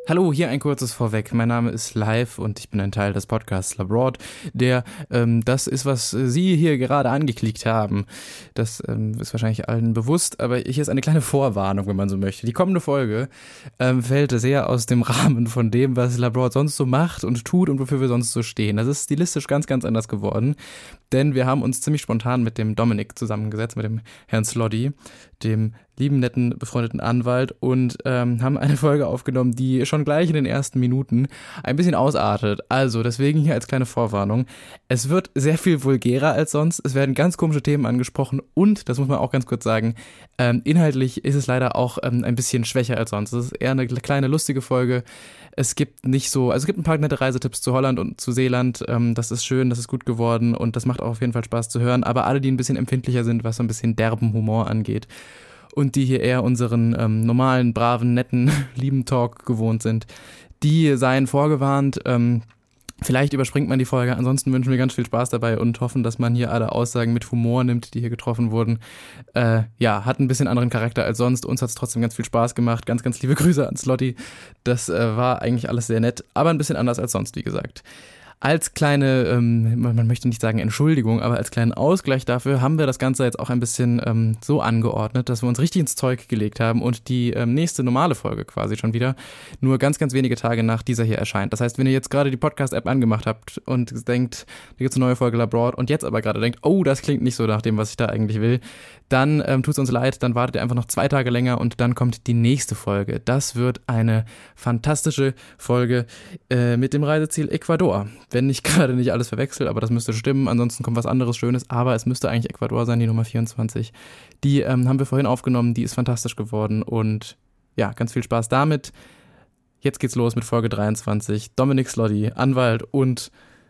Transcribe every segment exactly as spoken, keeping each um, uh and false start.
Hallo, hier ein kurzes Vorweg. Mein Name ist Live und ich bin ein Teil des Podcasts Labroad, der, ähm, das ist, was Sie hier gerade angeklickt haben. Das ähm, ist wahrscheinlich allen bewusst, aber hier ist eine kleine Vorwarnung, wenn man so möchte. Die kommende Folge ähm, fällt sehr aus dem Rahmen von dem, was Labroad sonst so macht und tut und wofür wir sonst so stehen. Das ist stilistisch ganz, ganz anders geworden, denn wir haben uns ziemlich spontan mit dem Dominik zusammengesetzt, mit dem Herrn Sloddy, dem lieben, netten, befreundeten Anwalt und ähm, haben eine Folge aufgenommen, die schon gleich in den ersten Minuten ein bisschen ausartet. Also deswegen hier als kleine Vorwarnung. Es wird sehr viel vulgärer als sonst. Es werden ganz komische Themen angesprochen und, das muss man auch ganz kurz sagen, ähm, inhaltlich ist es leider auch ähm, ein bisschen schwächer als sonst. Es ist eher eine kleine, lustige Folge. Es gibt nicht so, also es gibt ein paar nette Reisetipps zu Holland und zu Seeland. Ähm, das ist schön, das ist gut geworden und das macht auch auf jeden Fall Spaß zu hören. Aber alle, die ein bisschen empfindlicher sind, was so ein bisschen derben Humor angeht, und die hier eher unseren ähm, normalen, braven, netten, lieben Talk gewohnt sind, die seien vorgewarnt. Ähm, vielleicht überspringt man die Folge, ansonsten wünschen wir ganz viel Spaß dabei und hoffen, dass man hier alle Aussagen mit Humor nimmt, die hier getroffen wurden. Äh, ja, hat ein bisschen anderen Charakter als sonst. Uns hat es trotzdem ganz viel Spaß gemacht. Ganz, ganz liebe Grüße an Slotty. Das äh, war eigentlich alles sehr nett, aber ein bisschen anders als sonst, wie gesagt. Als kleine, ähm, man möchte nicht sagen Entschuldigung, aber als kleinen Ausgleich dafür haben wir das Ganze jetzt auch ein bisschen ähm, so angeordnet, dass wir uns richtig ins Zeug gelegt haben und die ähm, nächste normale Folge quasi schon wieder nur ganz, ganz wenige Tage nach dieser hier erscheint. Das heißt, wenn ihr jetzt gerade die Podcast-App angemacht habt und denkt, da gibt's eine neue Folge Labroad und jetzt aber gerade denkt, oh, das klingt nicht so nach dem, was ich da eigentlich will, dann ähm, tut's uns leid, dann wartet ihr einfach noch zwei Tage länger und dann kommt die nächste Folge. Das wird eine fantastische Folge äh, mit dem Reiseziel Ecuador. Wenn ich gerade nicht alles verwechsel, aber das müsste stimmen. Ansonsten kommt was anderes Schönes, aber es müsste eigentlich Ecuador sein, die Nummer vierundzwanzig. Die ähm, haben wir vorhin aufgenommen, die ist fantastisch geworden und ja, ganz viel Spaß damit. Jetzt geht's los mit Folge dreiundzwanzig. Dominik Sloddy, Anwalt und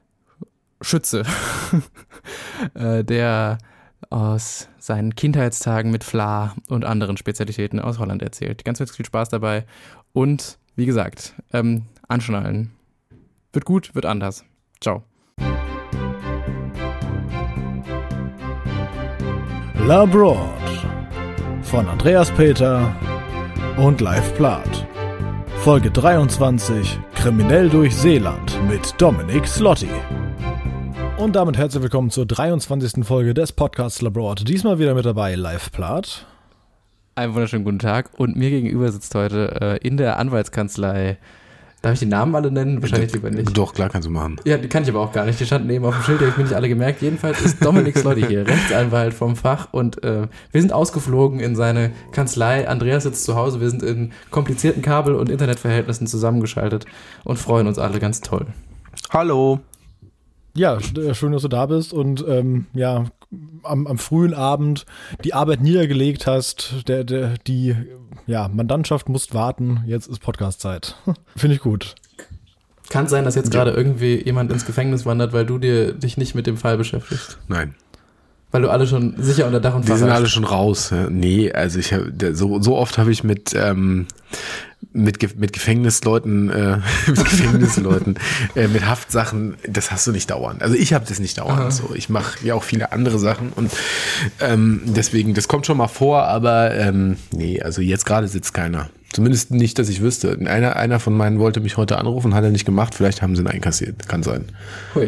Schütze, äh, der aus seinen Kindheitstagen mit Fla und anderen Spezialitäten aus Holland erzählt. Ganz, ganz viel Spaß dabei und wie gesagt, ähm, anschnallen. Wird gut, wird anders. Ciao. Labroad von Andreas Peter und Live Plath. Folge dreiundzwanzig, Kriminell durch Seeland mit Dominik Sloddy. Und damit herzlich willkommen zur dreiundzwanzigsten Folge des Podcasts Labroad. Diesmal wieder mit dabei Live Plath. Einen wunderschönen guten Tag und mir gegenüber sitzt heute äh, in der Anwaltskanzlei. Darf ich die Namen alle nennen? Wahrscheinlich lieber nicht. Doch, klar kannst du machen. Ja, die kann ich aber auch gar nicht. Die standen eben auf dem Schild, die habe ich mir nicht alle gemerkt. Jedenfalls ist Dominik Sloddy hier, Rechtsanwalt vom Fach und äh, wir sind ausgeflogen in seine Kanzlei. Andreas sitzt zu Hause, wir sind in komplizierten Kabel- und Internetverhältnissen zusammengeschaltet und freuen uns alle ganz toll. Hallo. Ja, schön, dass du da bist und ähm, ja, am, am frühen Abend die Arbeit niedergelegt hast, der, der, die ja, Mandantschaft muss warten, jetzt ist Podcast-Zeit. Finde ich gut. Kann es sein, dass jetzt gerade irgendwie jemand ins Gefängnis wandert, weil du dir dich nicht mit dem Fall beschäftigst? Nein. Weil du alle schon sicher unter Dach und Fach Die sind hast. alle schon raus. Ja. Nee, also ich hab, so, so oft habe ich mit ähm, mit, mit Gefängnisleuten, äh, mit Gefängnisleuten, äh, mit Haftsachen, das hast du nicht dauernd. Also ich habe das nicht dauernd. So, ich mache ja auch viele andere Sachen und ähm, deswegen, das kommt schon mal vor, aber ähm, nee, also jetzt gerade sitzt keiner. Zumindest nicht, dass ich wüsste. Einer, einer von meinen wollte mich heute anrufen, hat er nicht gemacht. Vielleicht haben sie ihn einkassiert. Kann sein. Hui.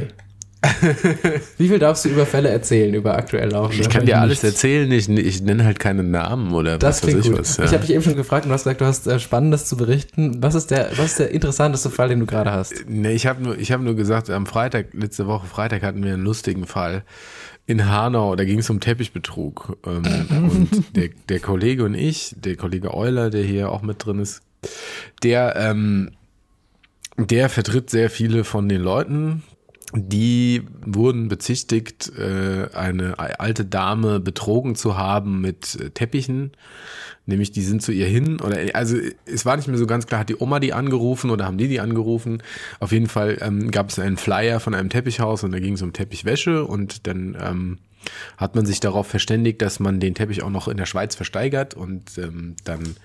Wie viel darfst du über Fälle erzählen, über aktuell laufende? Ich kann dir alles erzählen, ich, ich nenne halt keinen Namen oder das was weiß ich gut. was. Ja. Ich habe dich eben schon gefragt und du hast gesagt, du hast äh, Spannendes zu berichten. Was ist der, was ist der interessanteste Fall, den du gerade hast? Nee, ich habe nur, ich hab nur gesagt, am Freitag, letzte Woche Freitag hatten wir einen lustigen Fall in Hanau, da ging es um Teppichbetrug. Ähm, und der, der Kollege und ich, der Kollege Euler, der hier auch mit drin ist, der, ähm, der vertritt sehr viele von den Leuten. Die wurden bezichtigt, eine alte Dame betrogen zu haben mit Teppichen. Nämlich die sind zu ihr hin, oder also es war nicht mehr so ganz klar, hat die Oma die angerufen oder haben die die angerufen. Auf jeden Fall ähm, gab es einen Flyer von einem Teppichhaus und da ging es um Teppichwäsche und dann ähm, hat man sich darauf verständigt, dass man den Teppich auch noch in der Schweiz versteigert und ähm, dann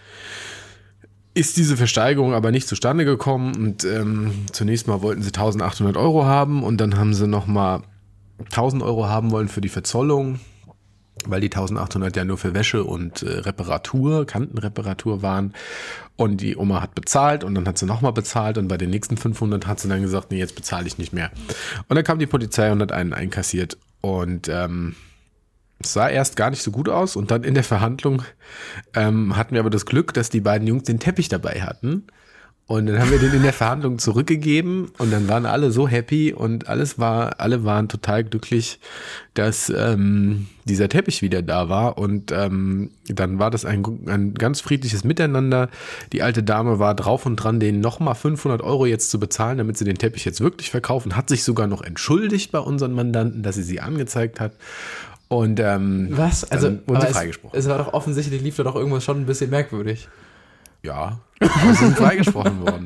ist diese Versteigerung aber nicht zustande gekommen und ähm, zunächst mal wollten sie eintausendachthundert Euro haben und dann haben sie nochmal tausend Euro haben wollen für die Verzollung weil die eintausendachthundert ja nur für Wäsche und äh, Reparatur, Kantenreparatur waren. Und die Oma hat bezahlt und dann hat sie nochmal bezahlt und bei den nächsten fünfhundert hat sie dann gesagt, nee, jetzt bezahle ich nicht mehr. Und dann kam die Polizei und hat einen einkassiert und ähm, es sah erst gar nicht so gut aus und dann in der Verhandlung ähm, hatten wir aber das Glück, dass die beiden Jungs den Teppich dabei hatten. Und dann haben wir den in der Verhandlung zurückgegeben und dann waren alle so happy und alles war, alle waren total glücklich, dass ähm, dieser Teppich wieder da war und ähm, dann war das ein, ein ganz friedliches Miteinander. Die alte Dame war drauf und dran, denen nochmal fünfhundert Euro jetzt zu bezahlen, damit sie den Teppich jetzt wirklich verkaufen, hat sich sogar noch entschuldigt bei unseren Mandanten, dass sie sie angezeigt hat. Und ähm, was? Also, wurden sie freigesprochen. Es, es war doch offensichtlich, lief da doch irgendwas schon ein bisschen merkwürdig. Ja, aber sie sind freigesprochen worden.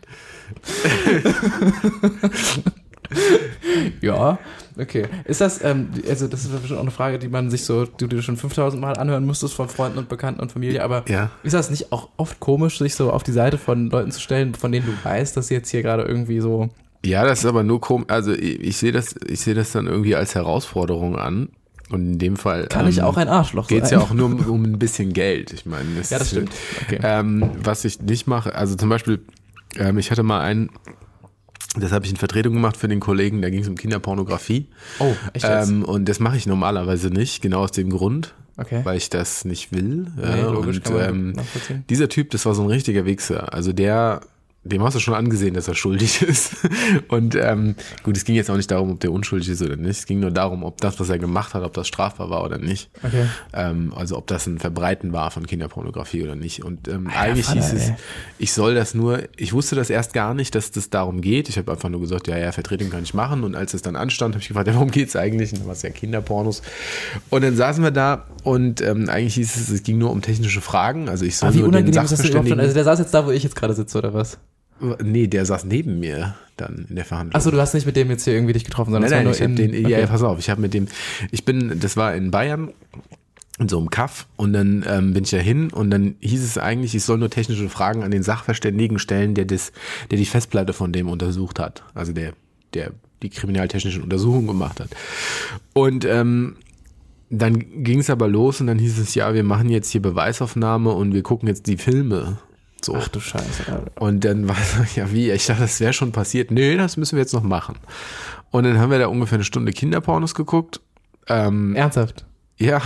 Ja, okay. Ist das, ähm, also das ist bestimmt auch eine Frage, die man sich so, die du schon fünftausend Mal anhören musstest von Freunden und Bekannten und Familie, aber ja. Ist das nicht auch oft komisch, sich so auf die Seite von Leuten zu stellen, von denen du weißt, dass sie jetzt hier gerade irgendwie so... Ja, das ist aber nur komisch, also ich, ich sehe das, ich sehe das dann irgendwie als Herausforderung an. Und in dem Fall kann ich ähm, auch ein Arschloch sein. Geht es ja auch nur um, um ein bisschen Geld. Ich meine, das ja, das stimmt. Okay. Ähm, was ich nicht mache, also zum Beispiel, ähm, ich hatte mal einen, das habe ich in Vertretung gemacht für den Kollegen, da ging es um Kinderpornografie. Oh, echt jetzt? Ähm, und das mache ich normalerweise nicht, genau aus dem Grund, okay. weil ich das nicht will. Nee, ja, logisch, und kann man ähm, nachvollziehen. Dieser Typ, das war so ein richtiger Wichser. Also der... Dem hast du schon angesehen, dass er schuldig ist. Und ähm, gut, es ging jetzt auch nicht darum, ob der unschuldig ist oder nicht. Es ging nur darum, ob das, was er gemacht hat, ob das strafbar war oder nicht. Okay. Ähm, also ob das ein Verbreiten war von Kinderpornografie oder nicht. Und ähm, Alter, eigentlich Vater, hieß es, ey. ich soll das nur, ich wusste das erst gar nicht, dass das darum geht. Ich habe einfach nur gesagt, ja, ja, Vertretung kann ich machen. Und als es dann anstand, habe ich gefragt, ja, worum geht's eigentlich? Und dann war es ja Kinderpornos. Und dann saßen wir da und ähm, eigentlich hieß es, es ging nur um technische Fragen. Also ich soll Aber wie nur den unangenehm ist das denn überhaupt schon? Sachverständigen... Also der saß jetzt da, wo ich jetzt gerade sitze, oder was? Nee, der saß neben mir dann in der Verhandlung. Achso, du hast nicht mit dem jetzt hier irgendwie dich getroffen, sondern nein, nein, das war ich nur hab in... den, okay. ja, pass auf, ich habe mit dem, ich bin, das war in Bayern, in so einem Kaff und dann ähm, bin ich da hin und dann hieß es eigentlich, ich soll nur technische Fragen an den Sachverständigen stellen, der das, der die Festplatte von dem untersucht hat, also der, der die kriminaltechnischen Untersuchungen gemacht hat. Und ähm, dann ging es aber los und dann hieß es, ja, wir machen jetzt hier Beweisaufnahme und wir gucken jetzt die Filme. So. Ach du Scheiße. Alter. Und dann war es, ja wie, ich dachte, das wäre schon passiert. Nee, das müssen wir jetzt noch machen. Und dann haben wir da ungefähr eine Stunde Kinderpornos geguckt. Ähm, Ernsthaft? Ja.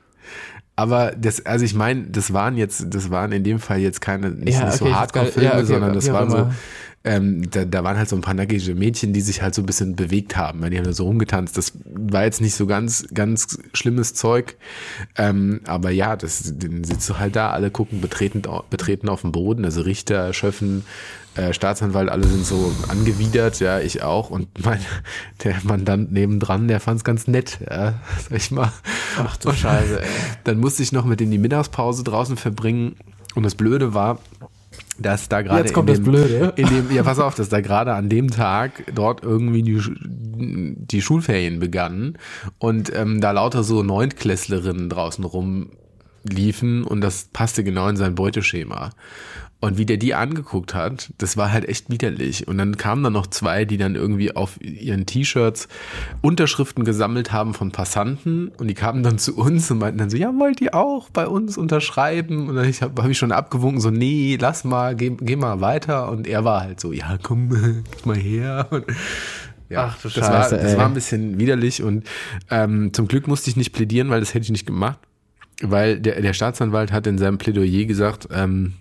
Aber das, also ich meine, das waren jetzt, das waren in dem Fall jetzt keine, nicht, Ja, nicht okay, so Hardcore-Filme, ja, okay, sondern das wie auch waren so, immer. ähm, da, da waren halt so ein paar nackige Mädchen, die sich halt so ein bisschen bewegt haben, weil die haben da so rumgetanzt. Das war jetzt nicht so ganz, ganz schlimmes Zeug. Ähm, aber ja, das, dann sitzt du halt da, alle gucken betreten, betreten auf dem Boden, also Richter, Schöffen, äh, Staatsanwalt, alle sind so angewidert, ja, ich auch. Und mein, der Mandant nebendran, der fand's ganz nett, ja, sag ich mal. Ach du Scheiße, ey. Dann musste ich noch mit dem die Mittagspause draußen verbringen. Und das Blöde war, dass da gerade Jetzt kommt in das dem, Blöde. in dem, ja, pass auf, dass da gerade an dem Tag dort irgendwie die, die Schulferien begannen und ähm, da lauter so Neuntklässlerinnen draußen rumliefen und das passte genau in sein Beuteschema. Und wie der die angeguckt hat, das war halt echt widerlich. Und dann kamen dann noch zwei, die dann irgendwie auf ihren T-Shirts Unterschriften gesammelt haben von Passanten. Und die kamen dann zu uns und meinten dann so, ja, wollt ihr auch bei uns unterschreiben? Und dann habe hab ich schon abgewunken, so, nee, lass mal, geh, geh mal weiter. Und er war halt so, ja, komm, geh mal her. Und ja, ach du das Scheiße, war, das ey. war ein bisschen widerlich. Und ähm, zum Glück musste ich nicht plädieren, weil das hätte ich nicht gemacht. Weil der, der Staatsanwalt hat in seinem Plädoyer gesagt, ähm,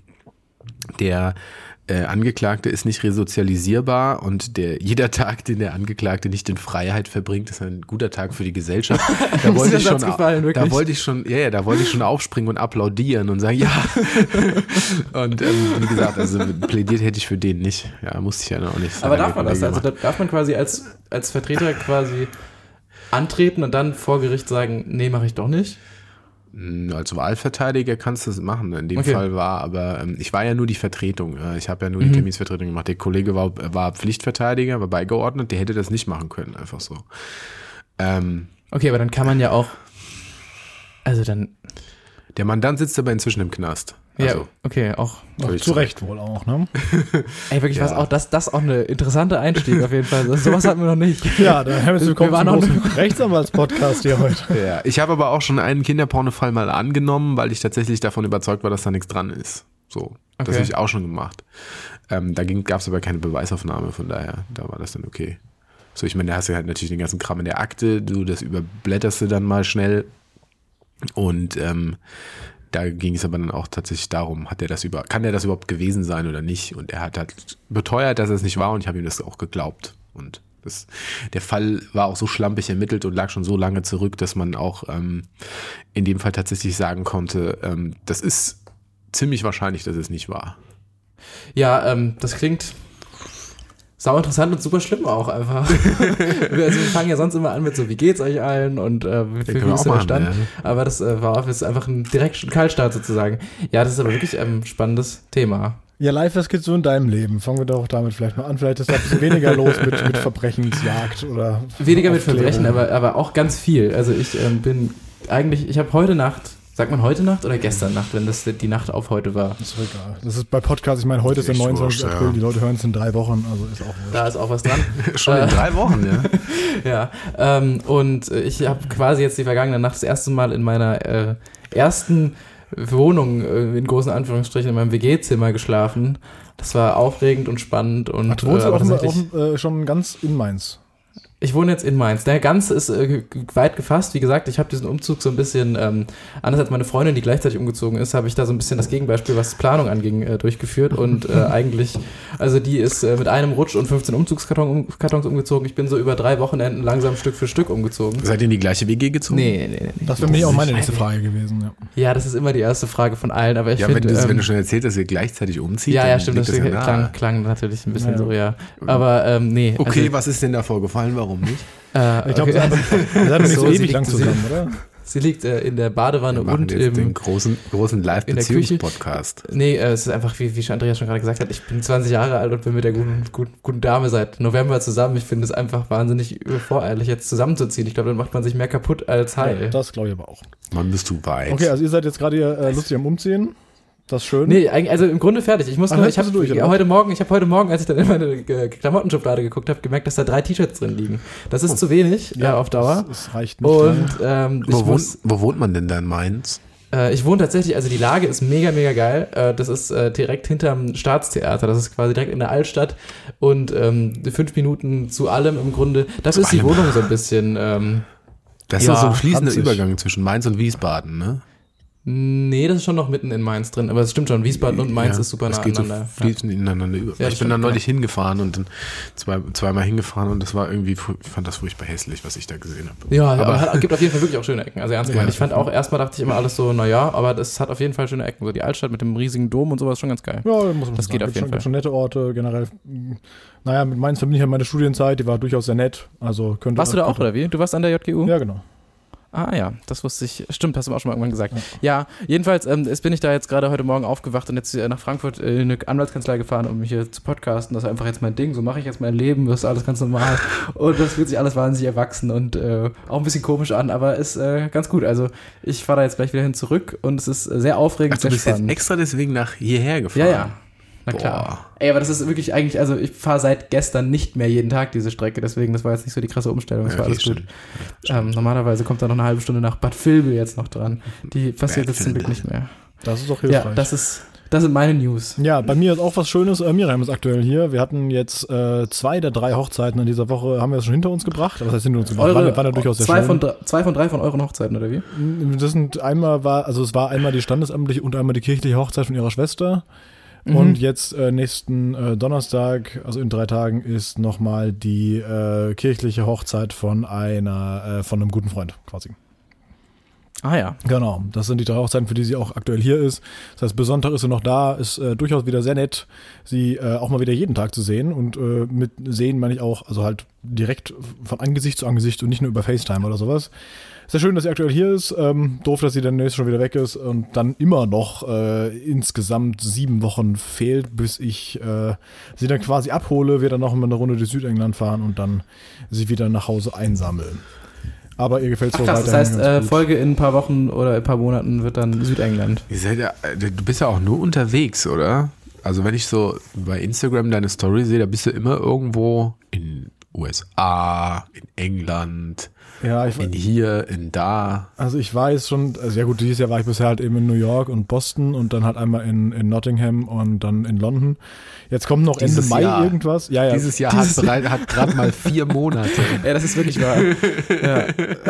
der äh, Angeklagte ist nicht resozialisierbar und der jeder Tag, den der Angeklagte nicht in Freiheit verbringt, ist ein guter Tag für die Gesellschaft. Da wollte ich schon, gefallen, da wollte ich schon, ja, ja, da wollte ich schon aufspringen und applaudieren und sagen, ja. Und ähm, wie gesagt, also plädiert hätte ich für den nicht. Ja, musste ich ja auch nicht. Aber darf man das? Also da darf man quasi als, als Vertreter quasi antreten und dann vor Gericht sagen, nee, mache ich doch nicht? Als Wahlverteidiger kannst du das machen. In dem Okay. Fall war aber, ähm, ich war ja nur die Vertretung. Äh, ich habe ja nur die Mhm. Terminsvertretung gemacht. Der Kollege war, war Pflichtverteidiger, war beigeordnet, der hätte das nicht machen können, einfach so. Ähm, Okay, aber dann kann man ja auch, also dann, Der Mandant sitzt aber inzwischen im Knast. Ja, Also, okay, auch. Auch zu Recht wohl auch, ne? Ey, wirklich, Ja. was auch, das, das auch eine interessante Einstieg auf jeden Fall. Das, sowas hatten wir noch nicht. Ja, dann herzlich willkommen Wir waren zum noch- großen Rechtsanwalts-Podcast hier heute. Ja, ich habe aber auch schon einen Kinderpornofall mal angenommen, weil ich tatsächlich davon überzeugt war, dass da nichts dran ist. So, das Okay. habe ich auch schon gemacht. Ähm, da gab es aber keine Beweisaufnahme, von daher, da war das dann okay. So, ich meine, da hast du halt natürlich den ganzen Kram in der Akte, du, das überblätterst du dann mal schnell und ähm, da ging es aber dann auch tatsächlich darum, hat er das über, kann er das überhaupt gewesen sein oder nicht? Und er hat halt beteuert, dass es nicht war und ich habe ihm das auch geglaubt. Und das, der Fall war auch so schlampig ermittelt und lag schon so lange zurück, dass man auch ähm, in dem Fall tatsächlich sagen konnte, ähm, das ist ziemlich wahrscheinlich, dass es nicht war. Ja, ähm, das klingt sau interessant und super schlimm auch einfach. wir, also wir fangen ja sonst immer an mit so, wie geht's euch allen und äh, wie, können wie wir ist auch der machen, Stand? ja. Aber das äh, war jetzt einfach ein direkt Kaltstart sozusagen. Ja, das ist aber wirklich ein ähm, spannendes Thema. Ja, live, was geht so in deinem Leben? Fangen wir doch damit vielleicht mal an. Vielleicht ist da ein bisschen weniger los mit, mit Verbrechensjagd oder Weniger mit Aufklärung. Verbrechen, aber, aber auch ganz viel. Also ich ähm, bin eigentlich, ich habe heute Nacht, sagt man heute Nacht oder gestern Nacht, wenn das die Nacht auf heute war? Das ist egal. Das ist bei Podcasts, ich meine, heute ist der Echt neunundzwanzigsten wurscht, April, ja. die Leute hören es in drei Wochen, also ist auch wurscht. Da ist auch was dran. Schon in Äh, drei Wochen, ja. Ja, ähm, und äh, ich habe quasi jetzt die vergangene Nacht das erste Mal in meiner äh, ersten Wohnung, äh, in großen Anführungsstrichen, in meinem W G-Zimmer geschlafen. Das war aufregend und spannend und Ach, du wohnst äh, aber auch, tatsächlich- auch äh, schon ganz in Mainz. Ich wohne jetzt in Mainz. Der Ganze ist äh, weit gefasst. Wie gesagt, ich habe diesen Umzug so ein bisschen, ähm, anders als meine Freundin, die gleichzeitig umgezogen ist, habe ich da so ein bisschen das Gegenbeispiel, was Planung anging, äh, durchgeführt. Und äh, eigentlich, also die ist äh, mit einem Rutsch und fünfzehn Umzugskartons um, Kartons umgezogen. Ich bin so über drei Wochenenden langsam Stück für Stück umgezogen. Seid ihr in die gleiche W G gezogen? Nee, nee, nee. nee. Das wäre nämlich auch meine nächste Sicher. Frage gewesen, ja. Ja, das ist immer die erste Frage von allen, aber ich Ja, finde... wenn, du- ähm, wenn du schon erzählt hast, dass ihr gleichzeitig umzieht, ja, dann ja, stimmt, liegt das ja nahe. klang, klang natürlich ein bisschen Ja. so, ja. Aber ähm, nee. Okay, also, was ist denn da vorgefallen, warum nicht? äh, Ich glaube, okay. wir sind nicht so, So, sie ewig liegt- lang sie- zusammen, oder? Sie liegt äh, in der Badewanne Wir machen und jetzt den im... großen, großen in der Küche. Live-Beziehungs-Podcast. Nee, äh, es ist einfach, wie, wie schon Andreas schon gerade gesagt hat, ich bin zwanzig Jahre alt und bin mit der guten, guten, guten Dame seit November zusammen. Ich finde es einfach wahnsinnig voreilig, jetzt zusammenzuziehen. Ich glaube, dann macht man sich mehr kaputt als heil. Das glaube ich aber auch. Mann, bist du weit. Okay, also ihr seid jetzt gerade hier äh, lustig am Umziehen. Das ist schön. Nee, eigentlich, also im Grunde fertig. Ich muss Ach, nur, jetzt ich habe bist du durch, oder? heute Morgen, ich habe heute Morgen, als ich dann in meine äh, Klamottenschublade geguckt habe, gemerkt, dass da drei T-Shirts drin liegen. Das ist zu wenig, ja, auf Dauer. Das, das reicht nicht. Und ähm, ich wo, wohnt, muss, wo wohnt man denn da in Mainz? Äh, ich wohne tatsächlich, also die Lage ist mega, mega geil. Äh, das ist äh, direkt hinterm Staatstheater. Das ist quasi direkt in der Altstadt und ähm, fünf Minuten zu allem im Grunde. Das Zu ist die allem. Wohnung so ein bisschen. Ähm, Das Ja, ist doch so ein fließender ranzig. Übergang zwischen Mainz und Wiesbaden, ne? nee, das ist schon noch mitten in Mainz drin. Aber es stimmt schon, Wiesbaden und Mainz Ja, ist super das nah geht aneinander. so fließend ineinander über. Ja, das ich bin da stimmt, neulich hingefahren und dann zwei, zweimal hingefahren und das war irgendwie, fu- ich fand das furchtbar hässlich, was ich da gesehen habe. Ja, Aber- aber es hat, gibt auf jeden Fall wirklich auch schöne Ecken. Also ernst gemeint. Ja. Ich fand auch, erstmal dachte ich immer alles so, naja, aber das hat auf jeden Fall schöne Ecken. So die Altstadt mit dem riesigen Dom und sowas ist schon ganz geil. Ja, muss man Das sagen. geht auf Gibt jeden schon, Fall. gibt schon nette Orte, generell. mh, Naja, mit Mainz verbinde ich ja meine Studienzeit, die war durchaus sehr nett. Also könnte Warst du da auch, könnte, oder wie? Du warst an der J G U? Ja, genau. Ah ja, das wusste ich. Stimmt, hast du mir auch schon mal irgendwann gesagt. Ja, jedenfalls ähm, jetzt bin ich da jetzt gerade heute Morgen aufgewacht und jetzt äh, nach Frankfurt äh, in eine Anwaltskanzlei gefahren, um mich hier zu podcasten. Das ist einfach jetzt mein Ding. So mache ich jetzt mein Leben. Das ist alles ganz normal. Und das fühlt sich alles wahnsinnig erwachsen und äh, auch ein bisschen komisch an, aber ist äh, ganz gut. Also ich fahre da jetzt gleich wieder hin zurück und es ist sehr aufregend, Ach, du sehr bist jetzt spannend. extra deswegen nach hierher gefahren? Ja, ja. Na klar. Boah. Ey, aber das ist wirklich eigentlich, also ich fahre seit gestern nicht mehr jeden Tag diese Strecke, deswegen, das war jetzt nicht so die krasse Umstellung, das Ja, war okay, alles gut. stimmt. Ähm, normalerweise kommt da noch eine halbe Stunde nach Bad Vilbel jetzt noch dran. Die passiert Bad jetzt zum Glück Vilbel. nicht mehr. Das ist auch hilfreich. Ja, das ist, das sind meine News. Ja, bei mir ist auch was Schönes. Äh, Miriam ist aktuell hier. Wir hatten jetzt äh, zwei der drei Hochzeiten in dieser Woche, haben wir das schon hinter uns gebracht. Aber das heißt hinter uns gebracht. Eure, waren, waren ja durchaus sehr zwei, schön. von, drei- zwei von drei von euren Hochzeiten, oder wie? Das sind einmal war, also es war einmal die standesamtliche und einmal die kirchliche Hochzeit von ihrer Schwester. Mhm. Und jetzt äh, nächsten äh, Donnerstag, also in drei Tagen, ist nochmal die äh, kirchliche Hochzeit von einer, äh, von einem guten Freund quasi. Ah ja. Genau, das sind die drei Hochzeiten, für die sie auch aktuell hier ist. Das heißt, bis Sonntag ist sie noch da, ist äh, durchaus wieder sehr nett, sie äh, auch mal wieder jeden Tag zu sehen. Und äh, mit sehen meine ich auch, also halt direkt von Angesicht zu Angesicht und nicht nur über FaceTime oder sowas. Sehr schön, dass sie aktuell hier ist. Ähm, doof, dass sie dann nächstes schon wieder weg ist und dann immer noch äh, insgesamt sieben Wochen fehlt, bis ich äh, sie dann quasi abhole, wir dann noch mal eine Runde durch Südengland fahren und dann sie wieder nach Hause einsammeln. aber ihr gefällt es wohl weiterhin. Das heißt, äh, Folge in ein paar Wochen oder ein paar Monaten wird dann Südengland. Ihr seid ja, du bist ja auch nur unterwegs, oder? Also wenn ich so bei Instagram deine Story sehe, da bist du immer irgendwo in U S A, in England, ja, ich, in hier, in da. Also ich weiß schon, also ja gut, dieses Jahr war ich bisher halt eben in New York und Boston und dann halt einmal in, in Nottingham und dann in London. Jetzt kommt noch Ende Mai Jahr. irgendwas. Ja, ja. Dieses Jahr Dieses hat, hat gerade mal vier Monate. Ja, das ist wirklich wahr. Ja.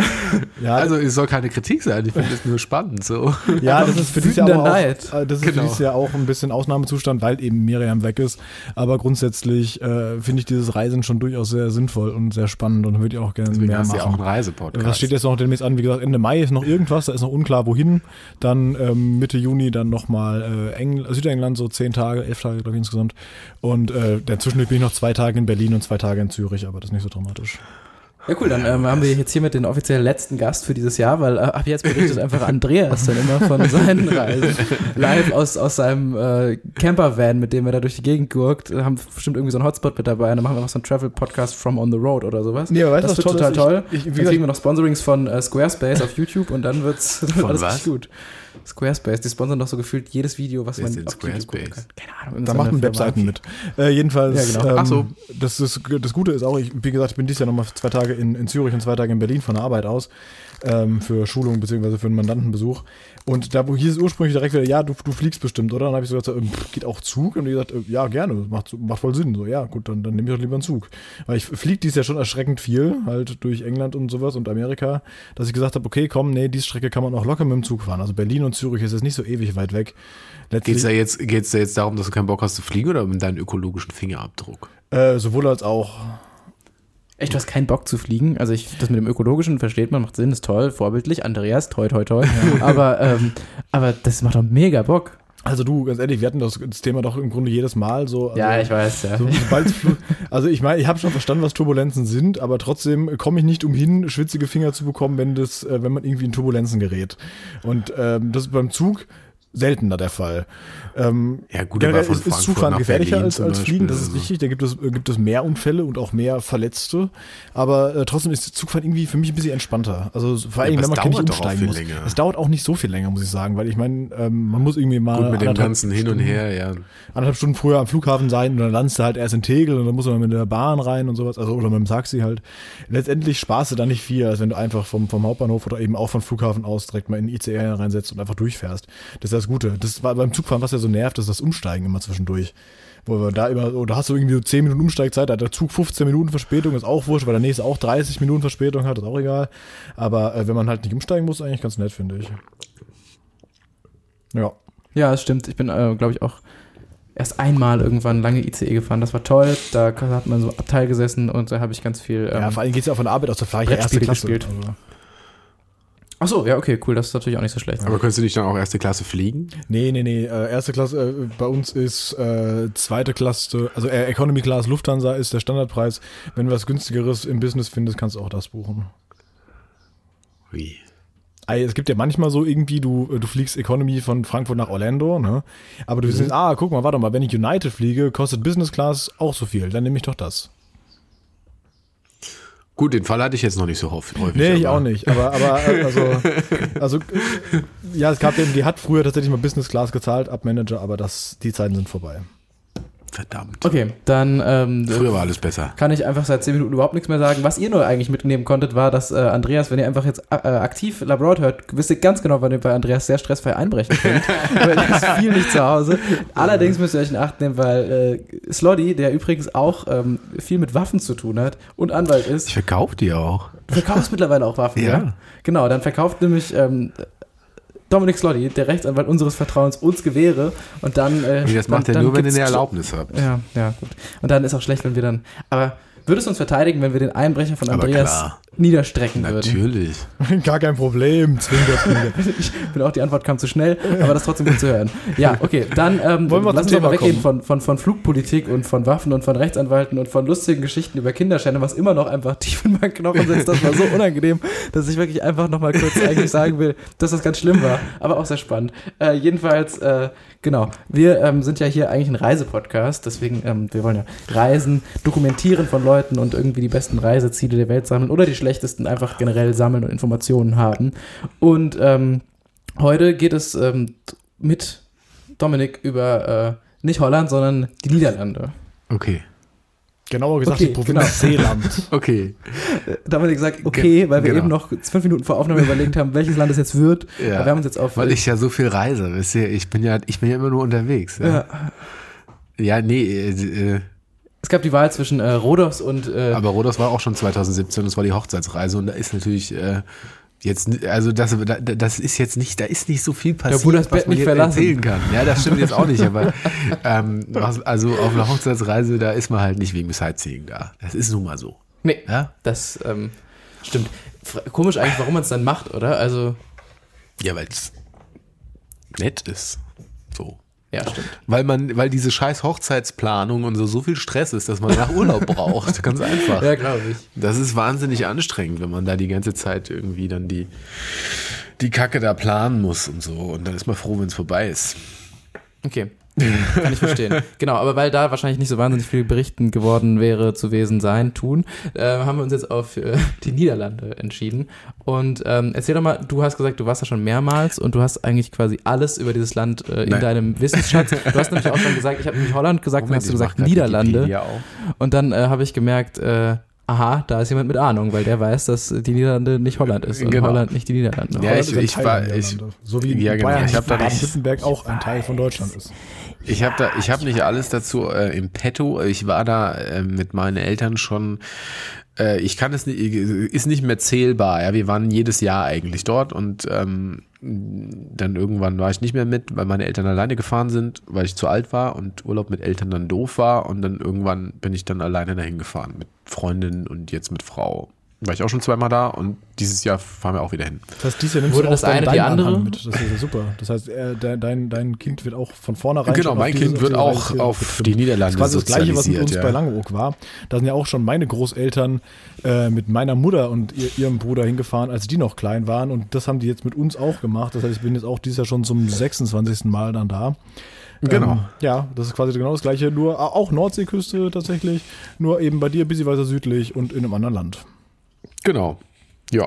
Ja, also es soll keine Kritik sein, ich finde es nur spannend. So. Ja, das ist für dieses Jahr aber auch, das ist genau. für dieses Jahr auch ein bisschen Ausnahmezustand, weil eben Miriam weg ist. Aber grundsätzlich äh, finde ich dieses Reisen schon durchaus sehr sinnvoll und sehr spannend und würde ich auch gerne Deswegen mehr hast machen. Ja auch einen Reisepodcast. Das steht jetzt noch demnächst an, wie gesagt, Ende Mai ist noch irgendwas, da ist noch unklar wohin. Dann ähm, Mitte Juni dann nochmal äh, Engl- Südengland, so zehn Tage, elf Tage glaube ich insgesamt. Und äh, dazwischen bin ich noch zwei Tage in Berlin und zwei Tage in Zürich, aber das ist nicht so dramatisch. Ja cool, dann ähm, haben wir jetzt hiermit den offiziell letzten Gast für dieses Jahr, weil äh, ab jetzt berichtet einfach Andreas dann immer von seinen Reisen live aus, aus seinem äh, Campervan, mit dem er da durch die Gegend gurkt. Haben bestimmt irgendwie so einen Hotspot mit dabei und dann machen wir einfach so einen Travel-Podcast from on the road oder sowas. Nee, aber weißt, das wird toll total ist? toll. Ich, ich, dann kriegen wir noch Sponsorings von äh, Squarespace auf YouTube und dann wird's dann wird alles richtig gut. Squarespace, die sponsern doch so gefühlt jedes Video, was man auf YouTube gucken kann. Keine Ahnung. Da machen Webseiten mit. Äh, jedenfalls, ja, genau. ähm, Ach so. das, ist, das Gute ist auch, ich, wie gesagt, ich bin dieses Jahr nochmal zwei Tage in, in Zürich und zwei Tage in Berlin von der Arbeit aus ähm, für Schulung beziehungsweise für einen Mandantenbesuch. Und da wo hieß es ursprünglich direkt wieder, ja, du, du fliegst bestimmt, oder? Dann habe ich so gesagt, so, geht auch Zug? Und die gesagt, ja, gerne, macht, macht voll Sinn. So, ja, gut, dann, dann nehme ich doch lieber einen Zug. Weil ich fliege dies Jahr schon erschreckend viel, halt durch England und sowas und Amerika, dass ich gesagt habe, okay, komm, nee, diese Strecke kann man auch locker mit dem Zug fahren. Also Berlin und Zürich ist jetzt nicht so ewig weit weg. Geht es da, jetzt, geht's da jetzt darum, dass du keinen Bock hast zu fliegen oder mit deinem ökologischen Fingerabdruck? Äh, sowohl als auch. Echt, du hast keinen Bock zu fliegen? Also ich, das mit dem Ökologischen versteht man, macht Sinn, ist toll, vorbildlich, Andreas, toi, toi, toi. Ja. Aber, ähm, aber das macht doch mega Bock. Also du, ganz ehrlich, wir hatten das, das Thema doch im Grunde jedes Mal so. Also, ja, ich weiß, ja. So, also ich meine, ich habe schon verstanden, was Turbulenzen sind, aber trotzdem komme ich nicht umhin, schwitzige Finger zu bekommen, wenn das, äh, wenn man irgendwie in Turbulenzen gerät. Und ähm, das ist beim Zug seltener der Fall. Ähm, ja gut, aber von ist, ist Zugfahren gefährlicher Berlin als, als Fliegen, das ist also. richtig. Da gibt es, gibt es mehr Unfälle und auch mehr Verletzte. Aber äh, trotzdem ist Zugfahren irgendwie für mich ein bisschen entspannter. Also vor allem, ja, wenn man nicht umsteigen muss. Es dauert auch nicht so viel länger, muss ich sagen, weil ich meine, ähm, man muss irgendwie mal gut, mit dem ganzen Hin und Her, ja. anderthalb Stunden früher am Flughafen sein und dann landest du halt erst in Tegel und dann muss man mit der Bahn rein und sowas, also oder mit dem Taxi halt. Letztendlich sparst du da nicht viel, als wenn du einfach vom, vom Hauptbahnhof oder eben auch vom Flughafen aus direkt mal in den I C E reinsetzt und einfach durchfährst. Das ist das Gute. Das war beim Zugfahren, was ja so nervt, ist das Umsteigen immer zwischendurch. Wo wir da immer, oh, da hast du irgendwie so zehn Minuten Umsteigzeit, da hat der Zug fünfzehn Minuten Verspätung, ist auch wurscht, weil der nächste auch dreißig Minuten Verspätung hat, ist auch egal. Aber äh, wenn man halt nicht umsteigen muss, eigentlich ganz nett, finde ich. Ja. Ja, das stimmt. Ich bin, äh, glaube ich, auch erst einmal irgendwann lange I C E gefahren. Das war toll. Da hat man so im Abteil gesessen und da habe ich ganz viel ähm, ja, vor allem geht es ja auch von der Arbeit aus, da fahre ich ja erste Klasse. Gespielt. Also. Ach so, ja, okay, cool. Das ist natürlich auch nicht so schlecht. Aber könntest du nicht dann auch erste Klasse fliegen? Nee, nee, nee. Äh, erste Klasse, äh, bei uns ist äh, zweite Klasse, also äh, Economy Class Lufthansa ist der Standardpreis. Wenn du was günstigeres im Business findest, kannst du auch das buchen. Wie? Es gibt ja manchmal so irgendwie, du, du fliegst Economy von Frankfurt nach Orlando, ne? Aber du mhm. siehst, ah, guck mal, warte mal, wenn ich United fliege, kostet Business Class auch so viel. Dann nehme ich doch das. Gut, den Fall hatte ich jetzt noch nicht so häufig. Nee, ich auch nicht. Aber, aber also, also, ja, es gab den, die hat früher tatsächlich mal Business Class gezahlt, ab Manager, aber das, die Zeiten sind vorbei. Verdammt. Okay, dann ähm, früher war alles besser. Kann ich einfach seit zehn Minuten überhaupt nichts mehr sagen. Was ihr nur eigentlich mitnehmen konntet, war, dass äh, Andreas, wenn ihr einfach jetzt äh, aktiv Labroad hört, wisst ihr ganz genau, wann ihr bei Andreas sehr stressfrei einbrechen könnt. Weil er ist viel nicht zu Hause. Allerdings müsst ihr euch in Acht nehmen, weil äh, Slotty, der übrigens auch ähm, viel mit Waffen zu tun hat und Anwalt ist. Ich verkaufe die auch. Du verkaufst mittlerweile auch Waffen, ja? Ja. Genau, dann verkauft nämlich ähm, Dominik Slotty, der Rechtsanwalt unseres Vertrauens, uns Gewehre und dann äh, Wie, das macht er nur, wenn ihr eine Erlaubnis habt. Ja, ja, gut. Und dann ist auch schlecht, wenn wir dann, aber würdest du uns verteidigen, wenn wir den Einbrecher von Andreas niederstrecken würden? Natürlich. Gar kein Problem, zwingt das wieder. Ich bin auch, die Antwort kam zu schnell, aber das ist trotzdem gut zu hören. Ja, okay, dann ähm, Wollen wir lass uns Thema mal weggehen von, von, von Flugpolitik und von Waffen und von Rechtsanwalten und von lustigen Geschichten über Kinderschänder, was immer noch einfach tief in meinen Knochen sitzt. Das war so unangenehm, dass ich wirklich einfach noch mal kurz eigentlich sagen will, dass das ganz schlimm war, aber auch sehr spannend. Äh, jedenfalls, äh, genau, wir ähm, sind ja hier eigentlich ein Reisepodcast, deswegen, ähm, wir wollen ja Reisen dokumentieren von Leuten, Leuten und irgendwie die besten Reiseziele der Welt sammeln oder die schlechtesten einfach generell sammeln und Informationen haben. Und ähm, heute geht es ähm, mit Dominik über äh, nicht Holland, sondern die Niederlande. Okay. Genauer gesagt Okay, die Provinz genau. Seeland. Okay. Dominik sagt, okay, weil wir Genau. eben noch fünf Minuten vor Aufnahme überlegt haben, welches Land es jetzt wird. Ja. Aber wir haben uns jetzt auf... Weil ich ja so viel reise, wisst ihr, ich bin ja, ich bin ja immer nur unterwegs. Ja, ja, ja nee, äh, äh, es gab die Wahl zwischen äh, Rhodos und... Äh, aber Rhodos war auch schon zwanzig siebzehn, das war die Hochzeitsreise und da ist natürlich äh, jetzt, also das, das ist jetzt nicht, da ist nicht so viel passiert, wurde das Bett was man nicht jetzt verlassen. erzählen kann. Ja, das stimmt jetzt auch nicht, aber ähm, was, also auf einer Hochzeitsreise, da ist man halt nicht wegen Sightseeing da. Das ist nun mal so. nee, Ja, das ähm, stimmt. F- Komisch eigentlich, warum man es dann macht, oder? Also, ja, weil es nett ist. So. ja, stimmt. Weil man, weil diese scheiß Hochzeitsplanung und so, so viel Stress ist, dass man nach Urlaub braucht. Ganz einfach. Ja, glaube ich. Das ist wahnsinnig anstrengend, wenn man da die ganze Zeit irgendwie dann die, die Kacke da planen muss und so. Und dann ist man froh, wenn es vorbei ist. Okay, kann ich verstehen. Genau, aber weil da wahrscheinlich nicht so wahnsinnig viel berichten geworden wäre, zu Wesen sein, tun, äh, haben wir uns jetzt auf äh, die Niederlande entschieden. Und ähm, erzähl doch mal, du hast gesagt, du warst da schon mehrmals und du hast eigentlich quasi alles über dieses Land äh, in Nein. deinem Wissensschatz. Du hast nämlich auch schon gesagt, ich habe nämlich Holland gesagt, dann hast du ich gesagt mach grad Niederlande. Wikipedia auf. Und dann äh, habe ich gemerkt, äh, aha, da ist jemand mit Ahnung, weil der weiß, dass die Niederlande nicht Holland ist und Genau. Holland nicht die Niederlande. Ja, Holland ich- ist ein ich Teil war- der ich- Niederlande. So wie Ja, genau. Bayern, Ich hab da nicht- Baden-Württemberg auch ein Teil von Deutschland ist. Ich habe da, ich habe nicht alles dazu äh, im Petto. Ich war da äh, mit meinen Eltern schon. Äh, ich kann es nicht, ist nicht mehr zählbar. Ja, wir waren jedes Jahr eigentlich dort und ähm, dann irgendwann war ich nicht mehr mit, weil meine Eltern alleine gefahren sind, weil ich zu alt war und Urlaub mit Eltern dann doof war und dann irgendwann bin ich dann alleine dahin gefahren mit Freundin und jetzt mit Frau. War ich auch schon zweimal da und dieses Jahr fahren wir auch wieder hin. Das heißt, dieses Jahr nimmst Wurde du das auch dein, eine dein die andere? Anhang mit. Das ist ja super. Das heißt, er, de, dein, dein Kind wird auch von vornherein Genau, schon mein auf diese- Kind wird diese auch Reise auf getrimmt. die Niederlande Das ist quasi das Gleiche, was mit uns sozialisiert, bei ja. Langeoog war. Da sind ja auch schon meine Großeltern äh, mit meiner Mutter und ihr, ihrem Bruder hingefahren, als die noch klein waren. Und das haben die jetzt mit uns auch gemacht. Das heißt, ich bin jetzt auch dieses Jahr schon zum sechsundzwanzigsten Mal dann da. Genau. Ähm, ja, das ist quasi genau das Gleiche, nur auch Nordseeküste tatsächlich, nur eben bei dir ein bisschen weiter südlich und in einem anderen Land. Genau. Ja.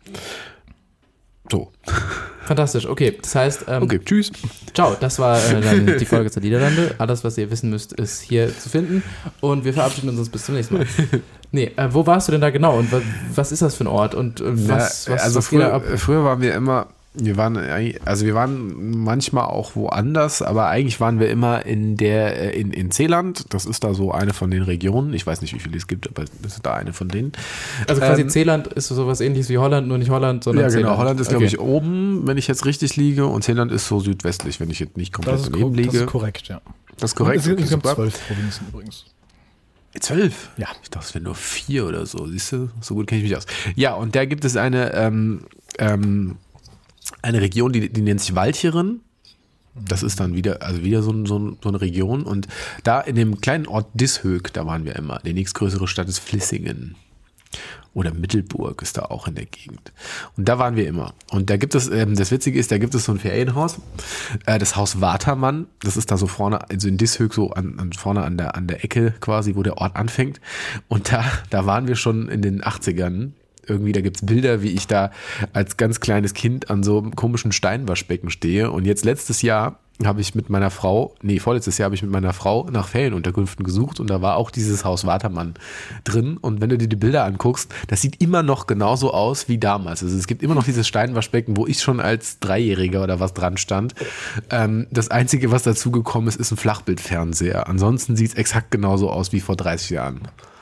So. Fantastisch, okay. Das heißt, ähm, Okay, tschüss. ciao, das war äh, dann die Folge zur Niederlande. Alles, was ihr wissen müsst, ist hier zu finden. Und wir verabschieden uns bis zum nächsten Mal. Nee, äh, wo warst du denn da genau? Und was, was ist das für ein Ort? Und äh, was, Ja, was, also was geht da früher, ab? früher waren wir immer, wir waren, eigentlich- also wir waren manchmal auch woanders, aber eigentlich waren wir immer in der, äh, in, in Zeeland. Das ist da so eine von den Regionen. Ich weiß nicht, wie viele es gibt, aber das ist da eine von denen. Also quasi ähm, Zeeland ist sowas ähnliches wie Holland, nur nicht Holland, sondern Ja, genau. Zeeland. Holland ist, glaube Okay. ich, oben, wenn ich jetzt richtig liege, und Zeeland ist so südwestlich, wenn ich jetzt nicht komplett Das ist, daneben ko- das liege. ist korrekt, ja. Das ist korrekt. Es gibt Okay, insgesamt super. zwölf Provinzen übrigens. Zwölf? Ja. Ich dachte, es wären nur vier oder so. Siehst du, so gut kenne ich mich aus. Ja, und da gibt es eine, ähm, ähm, eine Region, die, die nennt sich Walcheren. Das ist dann wieder, also wieder so, ein- so, ein- so eine Region. Und da in dem kleinen Ort Dishög, da waren wir immer. Die nächstgrößere Stadt ist Vlissingen. Oder Mittelburg ist da auch in der Gegend. Und da waren wir immer. Und da gibt es, ähm, das Witzige ist, da gibt es so ein Ferienhaus, äh, das Haus Watermann. Das ist da so vorne, also in Dishög, so an, an vorne an der, an der Ecke quasi, wo der Ort anfängt. Und da, da waren wir schon in den achtzigern. Irgendwie, da gibt's Bilder, wie ich da als ganz kleines Kind an so einem komischen Steinwaschbecken stehe. Und jetzt letztes Jahr habe ich mit meiner Frau, nee, vorletztes Jahr habe ich mit meiner Frau nach Ferienunterkünften gesucht und da war auch dieses Haus Watermann drin. Und wenn du dir die Bilder anguckst, das sieht immer noch genauso aus wie damals. Also es gibt immer noch dieses Steinwaschbecken, wo ich schon als Dreijähriger oder was dran stand. Ähm, das Einzige, was dazugekommen ist, ist ein Flachbildfernseher. Ansonsten sieht es exakt genauso aus wie vor dreißig Jahren.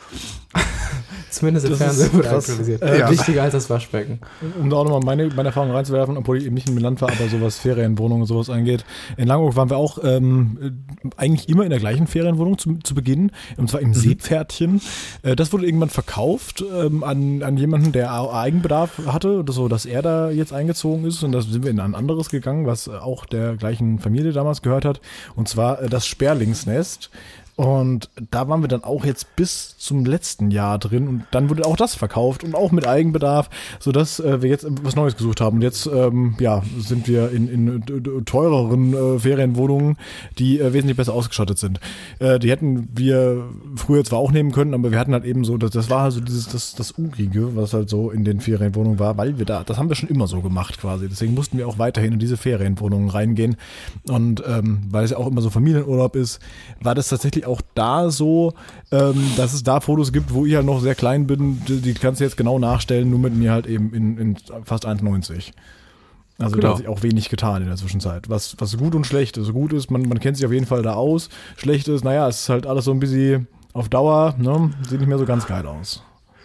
Zumindest im Das Fernsehen ist wurde krass. aktualisiert. Äh, ja. Wichtiger als das Waschbecken. Um da auch nochmal meine, meine Erfahrung reinzuwerfen, obwohl ich eben nicht in Milan war, aber sowas Ferienwohnungen und sowas angeht. In Langeoog waren wir auch ähm, eigentlich immer in der gleichen Ferienwohnung zu, zu Beginn, und zwar im Mhm. Seepferdchen. Äh, das wurde irgendwann verkauft ähm, an, an jemanden, der Eigenbedarf hatte, so dass er da jetzt eingezogen ist, und da sind wir in ein anderes gegangen, was auch der gleichen Familie damals gehört hat, und zwar äh, das Sperlingsnest. Und da waren wir dann auch jetzt bis zum letzten Jahr drin und dann wurde auch das verkauft und auch mit Eigenbedarf, sodass äh, wir jetzt was Neues gesucht haben. Und jetzt ähm, ja, sind wir in, in teureren äh, Ferienwohnungen, die äh, wesentlich besser ausgestattet sind. Äh, die hätten wir früher zwar auch nehmen können, aber wir hatten halt eben so, das, das war halt so dieses, das, das Urige, was halt so in den Ferienwohnungen war, weil wir da, das haben wir schon immer so gemacht quasi. Deswegen mussten wir auch weiterhin in diese Ferienwohnungen reingehen. Und ähm, weil es ja auch immer so Familienurlaub ist, war das tatsächlich auch da so, ähm, dass es da Fotos gibt, wo ich halt noch sehr klein bin, die, die kannst du jetzt genau nachstellen, nur mit mir halt eben in, in fast eins neunzig. Also genau. Da hat sich auch wenig getan in der Zwischenzeit. Was, was gut und schlecht ist. Gut ist, man, man kennt sich auf jeden Fall da aus. Schlecht ist, naja, es ist halt alles so ein bisschen auf Dauer, ne, sieht nicht mehr so ganz geil aus.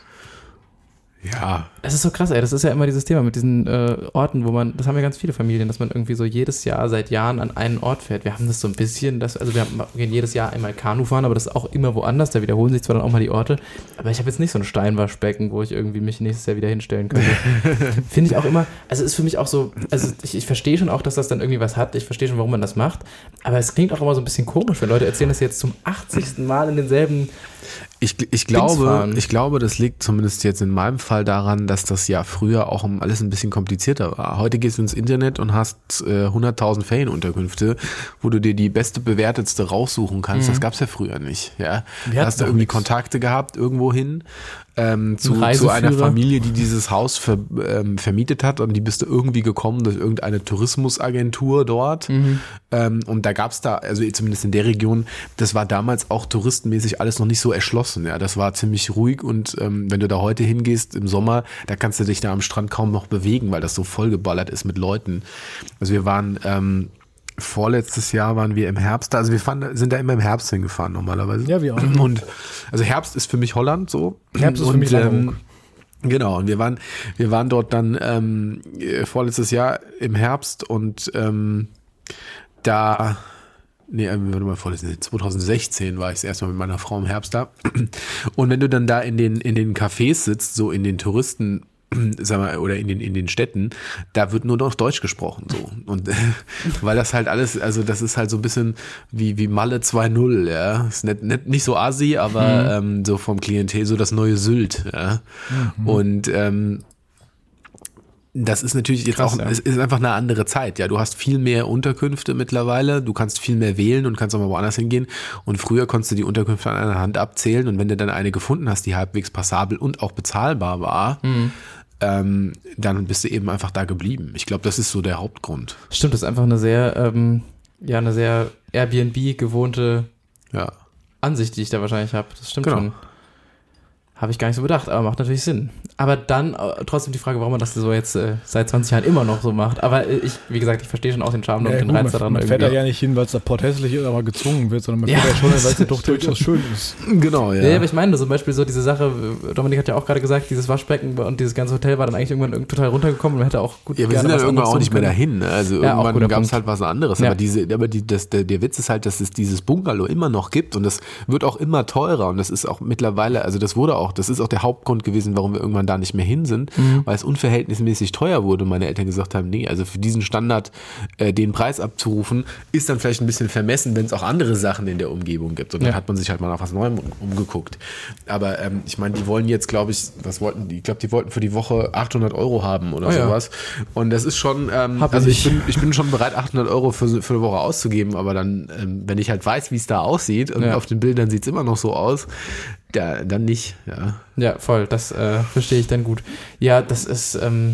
Ja. Das ist so krass, ey. Das ist ja immer dieses Thema mit diesen äh, Orten, wo man, das haben ja ganz viele Familien, dass man irgendwie so jedes Jahr seit Jahren an einen Ort fährt. Wir haben das so ein bisschen, das, also wir haben, gehen jedes Jahr einmal Kanu fahren, aber das ist auch immer woanders, da wiederholen sich zwar dann auch mal die Orte, aber ich habe jetzt nicht so ein Steinwaschbecken, wo ich irgendwie mich nächstes Jahr wieder hinstellen könnte. Finde ich auch immer, also ist für mich auch so, also ich, ich verstehe schon auch, dass das dann irgendwie was hat, ich verstehe schon, warum man das macht, aber es klingt auch immer so ein bisschen komisch, wenn Leute erzählen, dass sie jetzt zum achtzigsten Mal in denselben Ich, ich, glaube, ich glaube, das liegt zumindest jetzt in meinem Fall daran, dass das ja früher auch alles ein bisschen komplizierter war. Heute gehst du ins Internet und hast äh, hunderttausend Ferienunterkünfte, wo du dir die beste, bewertetste raussuchen kannst. Mhm. Das gab's ja früher nicht. Ja? Da hast du irgendwie nix. Kontakte gehabt irgendwo hin. Ähm, zu, zu einer Familie, die dieses Haus ver, ähm, vermietet hat und die bist du irgendwie gekommen durch irgendeine Tourismusagentur dort. Mhm. Ähm, und da gab's da, also zumindest in der Region, das war damals auch touristenmäßig alles noch nicht so erschlossen. Ja, das war ziemlich ruhig und ähm, wenn du da heute hingehst im Sommer, da kannst du dich da am Strand kaum noch bewegen, weil das so vollgeballert ist mit Leuten. Also wir waren ähm, vorletztes Jahr waren wir im Herbst da, also wir fahren, sind da immer im Herbst hingefahren normalerweise. Ja, wir auch. Und also Herbst ist für mich Holland so. Herbst ist und, für mich ähm, Genau, und wir waren, wir waren dort dann ähm, vorletztes Jahr im Herbst und ähm, da, nee, warte mal, vorletztes zwanzig sechzehn war ich das erste Mal mit meiner Frau im Herbst da. Und wenn du dann da in den, in den Cafés sitzt, so in den Touristen, sag mal, oder in den in den Städten, da wird nur noch Deutsch gesprochen so und äh, weil das halt alles, also das ist halt so ein bisschen wie wie Malle zwei null, ja, ist nicht, nicht, nicht so Asi, aber mhm. ähm, so vom Klientel so das neue Sylt, ja, mhm. und ähm, das ist natürlich jetzt Krass, auch, ja. es ist einfach eine andere Zeit, ja, du hast viel mehr Unterkünfte mittlerweile, du kannst viel mehr wählen und kannst auch mal woanders hingehen und früher konntest du die Unterkünfte an einer Hand abzählen und wenn du dann eine gefunden hast, die halbwegs passabel und auch bezahlbar war, mhm. ähm, dann bist du eben einfach da geblieben. Ich glaube, das ist so der Hauptgrund. Stimmt, das ist einfach eine sehr, ähm, ja, eine sehr Airbnb gewohnte ja. Ansicht, die ich da wahrscheinlich habe. Das stimmt genau. schon. Habe ich gar nicht so bedacht, aber macht natürlich Sinn. Aber dann äh, trotzdem die Frage, warum man das so jetzt äh, seit zwanzig Jahren immer noch so macht. Aber äh, ich, wie gesagt, ich verstehe schon auch den Charme ja, und den gut, Reiz daran. Man fährt da ja nicht hin, weil es da porthässlich ist, aber gezwungen wird, sondern man fährt ja schon, weil es ja doch durchaus schön ist. Genau, ja. Ja, aber ich meine, zum Beispiel so diese Sache, Dominik hat ja auch gerade gesagt, dieses Waschbecken und dieses ganze Hotel war dann eigentlich irgendwann total runtergekommen und man hätte auch gut Ja, wir gerne sind dann irgendwann auch nicht mehr können. dahin. Also ja, irgendwann gab es halt was anderes. Ja. Aber, diese, aber die, das, der, der Witz ist halt, dass es dieses Bungalow immer noch gibt und das wird auch immer teurer und das ist auch mittlerweile, also das wurde auch, das ist auch der Hauptgrund gewesen, warum wir irgendwann da nicht mehr hin sind, mhm. weil es unverhältnismäßig teuer wurde und meine Eltern gesagt haben, nee, also für diesen Standard äh, den Preis abzurufen, ist dann vielleicht ein bisschen vermessen, wenn es auch andere Sachen in der Umgebung gibt und dann ja. hat man sich halt mal nach was Neuem um, umgeguckt. Aber ähm, ich meine, die wollen jetzt, glaube ich, was wollten die? Ich glaube, die wollten für die Woche achthundert Euro haben oder oh, sowas ja. und das ist schon, ähm, also ich bin, ich bin schon bereit, achthundert Euro für, für eine Woche auszugeben, aber dann, ähm, wenn ich halt weiß, wie es da aussieht und ja. auf den Bildern sieht es immer noch so aus, Ja, dann nicht, ja. Ja, voll, das äh, verstehe ich dann gut. Ja, das ist, ähm,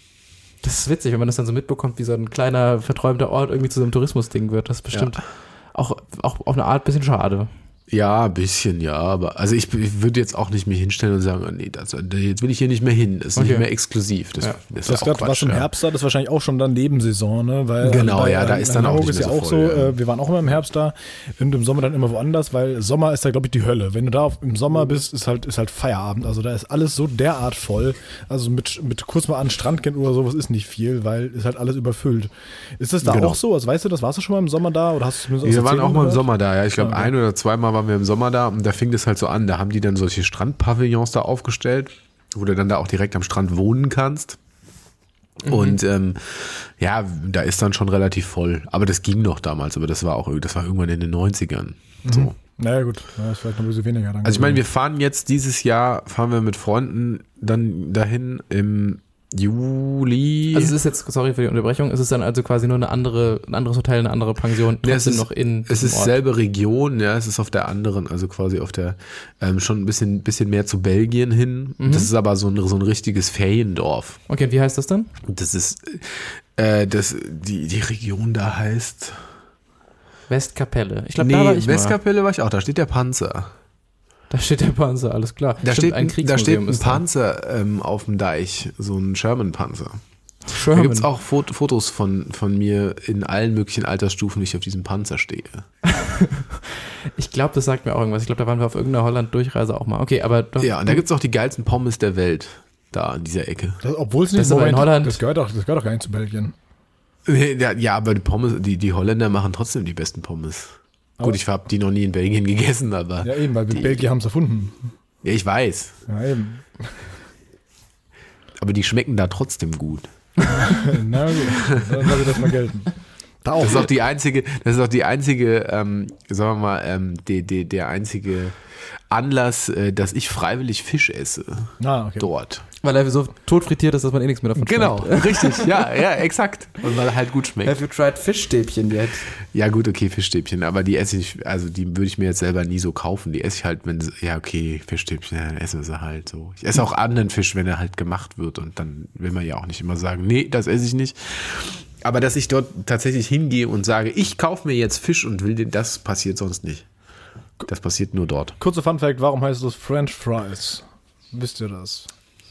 das ist witzig, wenn man das dann so mitbekommt, wie so ein kleiner, verträumter Ort irgendwie zu so einem Tourismusding wird. Das ist bestimmt ja. auch, auch auf eine Art ein bisschen schade. Ja, ein bisschen, ja, aber also ich, ich würde jetzt auch nicht mich hinstellen und sagen, nee, das, jetzt will ich hier nicht mehr hin, das ist okay. nicht mehr exklusiv. Das, ja. das ist ja auch Quatsch, was im Herbst da, das ist wahrscheinlich auch schon dann Nebensaison, ne? Weil, genau, bei, ja, da ist dann auch nicht ist mehr ja so auch voll, so, ja. äh, wir waren auch immer im Herbst da und im Sommer dann immer woanders, weil Sommer ist da, glaube ich, die Hölle. Wenn du da auf, im Sommer bist, ist halt, ist halt Feierabend, also da ist alles so derart voll, also mit, mit kurz mal an den Strand gehen oder sowas ist nicht viel, weil ist halt alles überfüllt. Ist das da genau. auch so? Also weißt du das, warst du schon mal im Sommer da? Oder hast du wir waren auch mal im Sommer da, ja, ich glaube ja, okay. ein oder zweimal waren wir im Sommer da. Und da fing das halt so an, da haben die dann solche Strandpavillons da aufgestellt, wo du dann da auch direkt am Strand wohnen kannst. Mhm. Und ähm, ja, da ist dann schon relativ voll. Aber das ging noch damals, aber das war auch das war irgendwann in den neunzigern. Mhm. So. Naja gut, ja, ist vielleicht noch ein bisschen weniger. Dann Also ich meine, wir fahren jetzt dieses Jahr, fahren wir mit Freunden dann dahin im Juli. Also es ist jetzt, sorry für die Unterbrechung, es ist dann also quasi nur eine andere, ein anderes Hotel, eine andere Pension, trotzdem ja, es ist, noch in Es ist Ort. selbe Region, ja, es ist auf der anderen, also quasi auf der, ähm, schon ein bisschen, bisschen mehr zu Belgien hin. Mhm. Das ist aber so ein, so ein richtiges Feriendorf. Okay, wie heißt das dann? Das ist, äh, das, die, die Region da heißt... Westkapelle. Ich glaube, Nee, da war ich Westkapelle war ich auch, da steht der Panzer. mal. Da steht der Panzer, alles klar. Da Stimmt, steht ein ein, da steht Kriegsmuseum ein ist da. Panzer ähm, auf dem Deich, so ein Sherman-Panzer. Da Sherman. gibt es auch Fot- Fotos von, von mir in allen möglichen Altersstufen, wie ich auf diesem Panzer stehe. Ich glaube, das sagt mir auch irgendwas. Ich glaube, da waren wir auf irgendeiner Holland-Durchreise auch mal. Okay, aber doch, Ja, und da gibt es auch die geilsten Pommes der Welt, da in dieser Ecke. Das, obwohl es nicht Das ist aber in Holland- Das gehört, doch, das gehört doch gar nicht zu Belgien. Ja, ja, aber die Pommes, die, die Holländer machen trotzdem die besten Pommes. Aber- Gut, ich habe die noch nie in Belgien gegessen, aber. Ja, eben, weil die, Belgier haben es erfunden. Ja, ich weiß. Ja, eben. Aber die schmecken da trotzdem gut. Na gut, dann lasse ich das mal gelten. Da auch. Das ist auch die einzige, das ist auch die einzige, ähm, sagen wir mal, ähm, die, die, der einzige Anlass, äh, dass ich freiwillig Fisch esse. Ah, okay. Dort. weil er so tot frittiert ist, dass man eh nichts mehr davon Genau, schmeckt. richtig, ja, ja, exakt. Und weil er halt gut schmeckt. Have you tried Fischstäbchen yet? Ja, gut, okay, Fischstäbchen, aber die esse ich, also die würde ich mir jetzt selber nie so kaufen. Die esse ich halt, wenn, sie- ja, okay, Fischstäbchen, dann essen wir sie halt so. Ich esse auch anderen Fisch, wenn er halt gemacht wird und dann will man ja auch nicht immer sagen, nee, das esse ich nicht. Aber dass ich dort tatsächlich hingehe und sage, ich kaufe mir jetzt Fisch und will den, das passiert sonst nicht. Das passiert nur dort. Kurzer Funfact, warum heißt das French Fries? Wisst ihr das?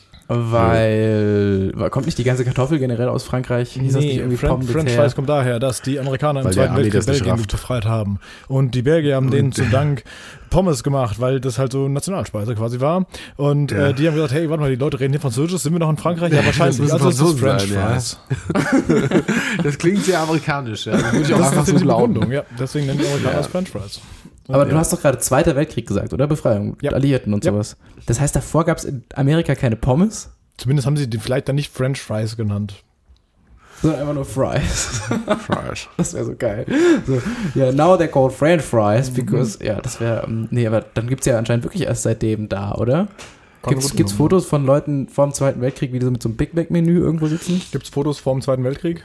Weil, kommt nicht die ganze Kartoffel generell aus Frankreich? Hieß das nicht irgendwie Fren Pommes French her? Fries kommt daher, dass die Amerikaner im Weil der Zweiten Ami Weltkrieg das nicht Belgien rafft. befreit haben. Und die Belgier haben denen zum Dank Pommes gemacht, weil das halt so Nationalspeise quasi war. Und Ja. äh, die haben gesagt, hey, warte mal, die Leute reden hier Französisch, sind wir noch in Frankreich? Ja, wahrscheinlich. müssen Also ist das Franzosen French sein, Fries. Das klingt sehr amerikanisch, ja. Das würde ich auch Das einfach ist so die glauben. Begründung, ja. Deswegen nennen die Amerikaner Ja. das French Fries. Aber du ja. hast doch gerade Zweiter Weltkrieg gesagt, oder? Befreiung, Ja. Alliierten und Ja. sowas. Das heißt, davor gab es in Amerika keine Pommes, Zumindest haben sie die vielleicht dann nicht French Fries genannt. sondern einfach nur Fries. Fries. Das wäre so geil. So, ja, now they're called French Fries, because, ja, das wäre, ähm, nee, aber dann gibt es ja anscheinend wirklich erst seitdem da, oder? Gibt es gut Fotos von Leuten vor dem Zweiten Weltkrieg, wie die so mit so einem Big Mac-Menü irgendwo sitzen? Gibt es Fotos vor dem Zweiten Weltkrieg?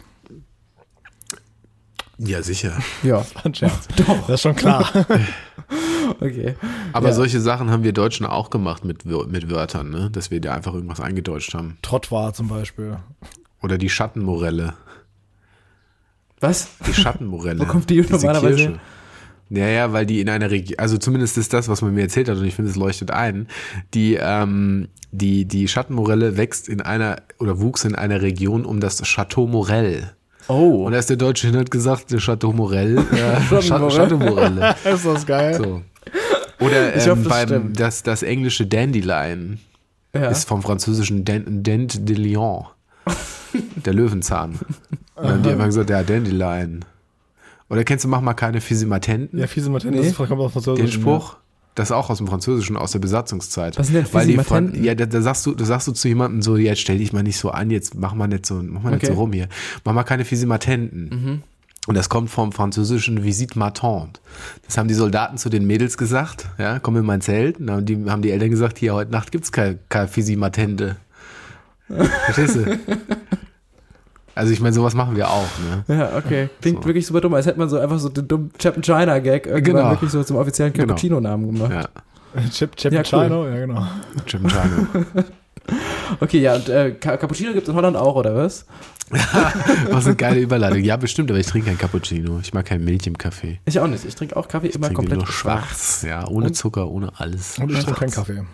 Ja, sicher. Ja, Ein Scherz. doch, Das ist schon klar. okay. Aber Ja. solche Sachen haben wir Deutschen auch gemacht mit, Wör- mit Wörtern, ne? Dass wir da einfach irgendwas eingedeutscht haben. Trottwar zum Beispiel. Oder die Schattenmorelle. Was? Die Schattenmorelle. Wo kommt die Diese normalerweise Kirsche. Ja, ja, weil die in einer Region, also zumindest ist das, was man mir erzählt hat, und ich finde, es leuchtet ein, die, ähm, die, die Schattenmorelle wächst in einer, oder wuchs in einer Region um das Chateau Morel. Oh. Und da ist der Deutsche hin und hat gesagt, der Chateau Morel, äh, Schattenmorelle. Schattenmorelle. Ist das geil? So. Oder Ich ähm, hoffe, das beim, stimmt. das, das englische Dandelion ja. ist vom französischen Dent, Dent de Lion. Der Löwenzahn. Und dann haben die immer gesagt, ja, Dandelion. Oder kennst du, mach mal keine Fisimatenten? Ja, fiese Martin, Nee. das kommt aus Französisch. Den Spruch? Das ist auch aus dem Französischen, aus der Besatzungszeit. Was sind denn Weil die Fisimatenten? Fran- Ja, da, da, sagst du, da sagst du zu jemandem so, jetzt stell dich mal nicht so an, jetzt mach mal nicht so, mach mal nicht Okay. so rum hier. Mach mal keine Fisimatenten. Mhm. Und das kommt vom französischen Visite ma tante. Das haben die Soldaten zu den Mädels gesagt, ja, komm in mein Zelt. Und dann haben die, haben die Eltern gesagt, hier, heute Nacht gibt's keine, keine Fisimatente. Verstehst du? Also ich meine, sowas machen wir auch, ne? Ja, okay. Klingt So. wirklich super dumm, als hätte man so einfach so den dummen Chap China Gag irgendwann Genau. wirklich so zum offiziellen Genau. Cappuccino-Namen gemacht. Ja, Chip, Chip Ja, Chino, ja genau. Jim Chino. Okay, ja, und äh, Ca- Cappuccino gibt es in Holland auch, oder was? Was eine geile Überleitung. Ja, bestimmt, aber ich trinke kein Cappuccino. Ich mag kein Milch im Kaffee. Ich auch nicht. Ich trinke auch Kaffee Ich immer trinke komplett nur schwarz. Ja, ohne Zucker, ohne alles. Und ich trinke keinen Schwarz. Kaffee.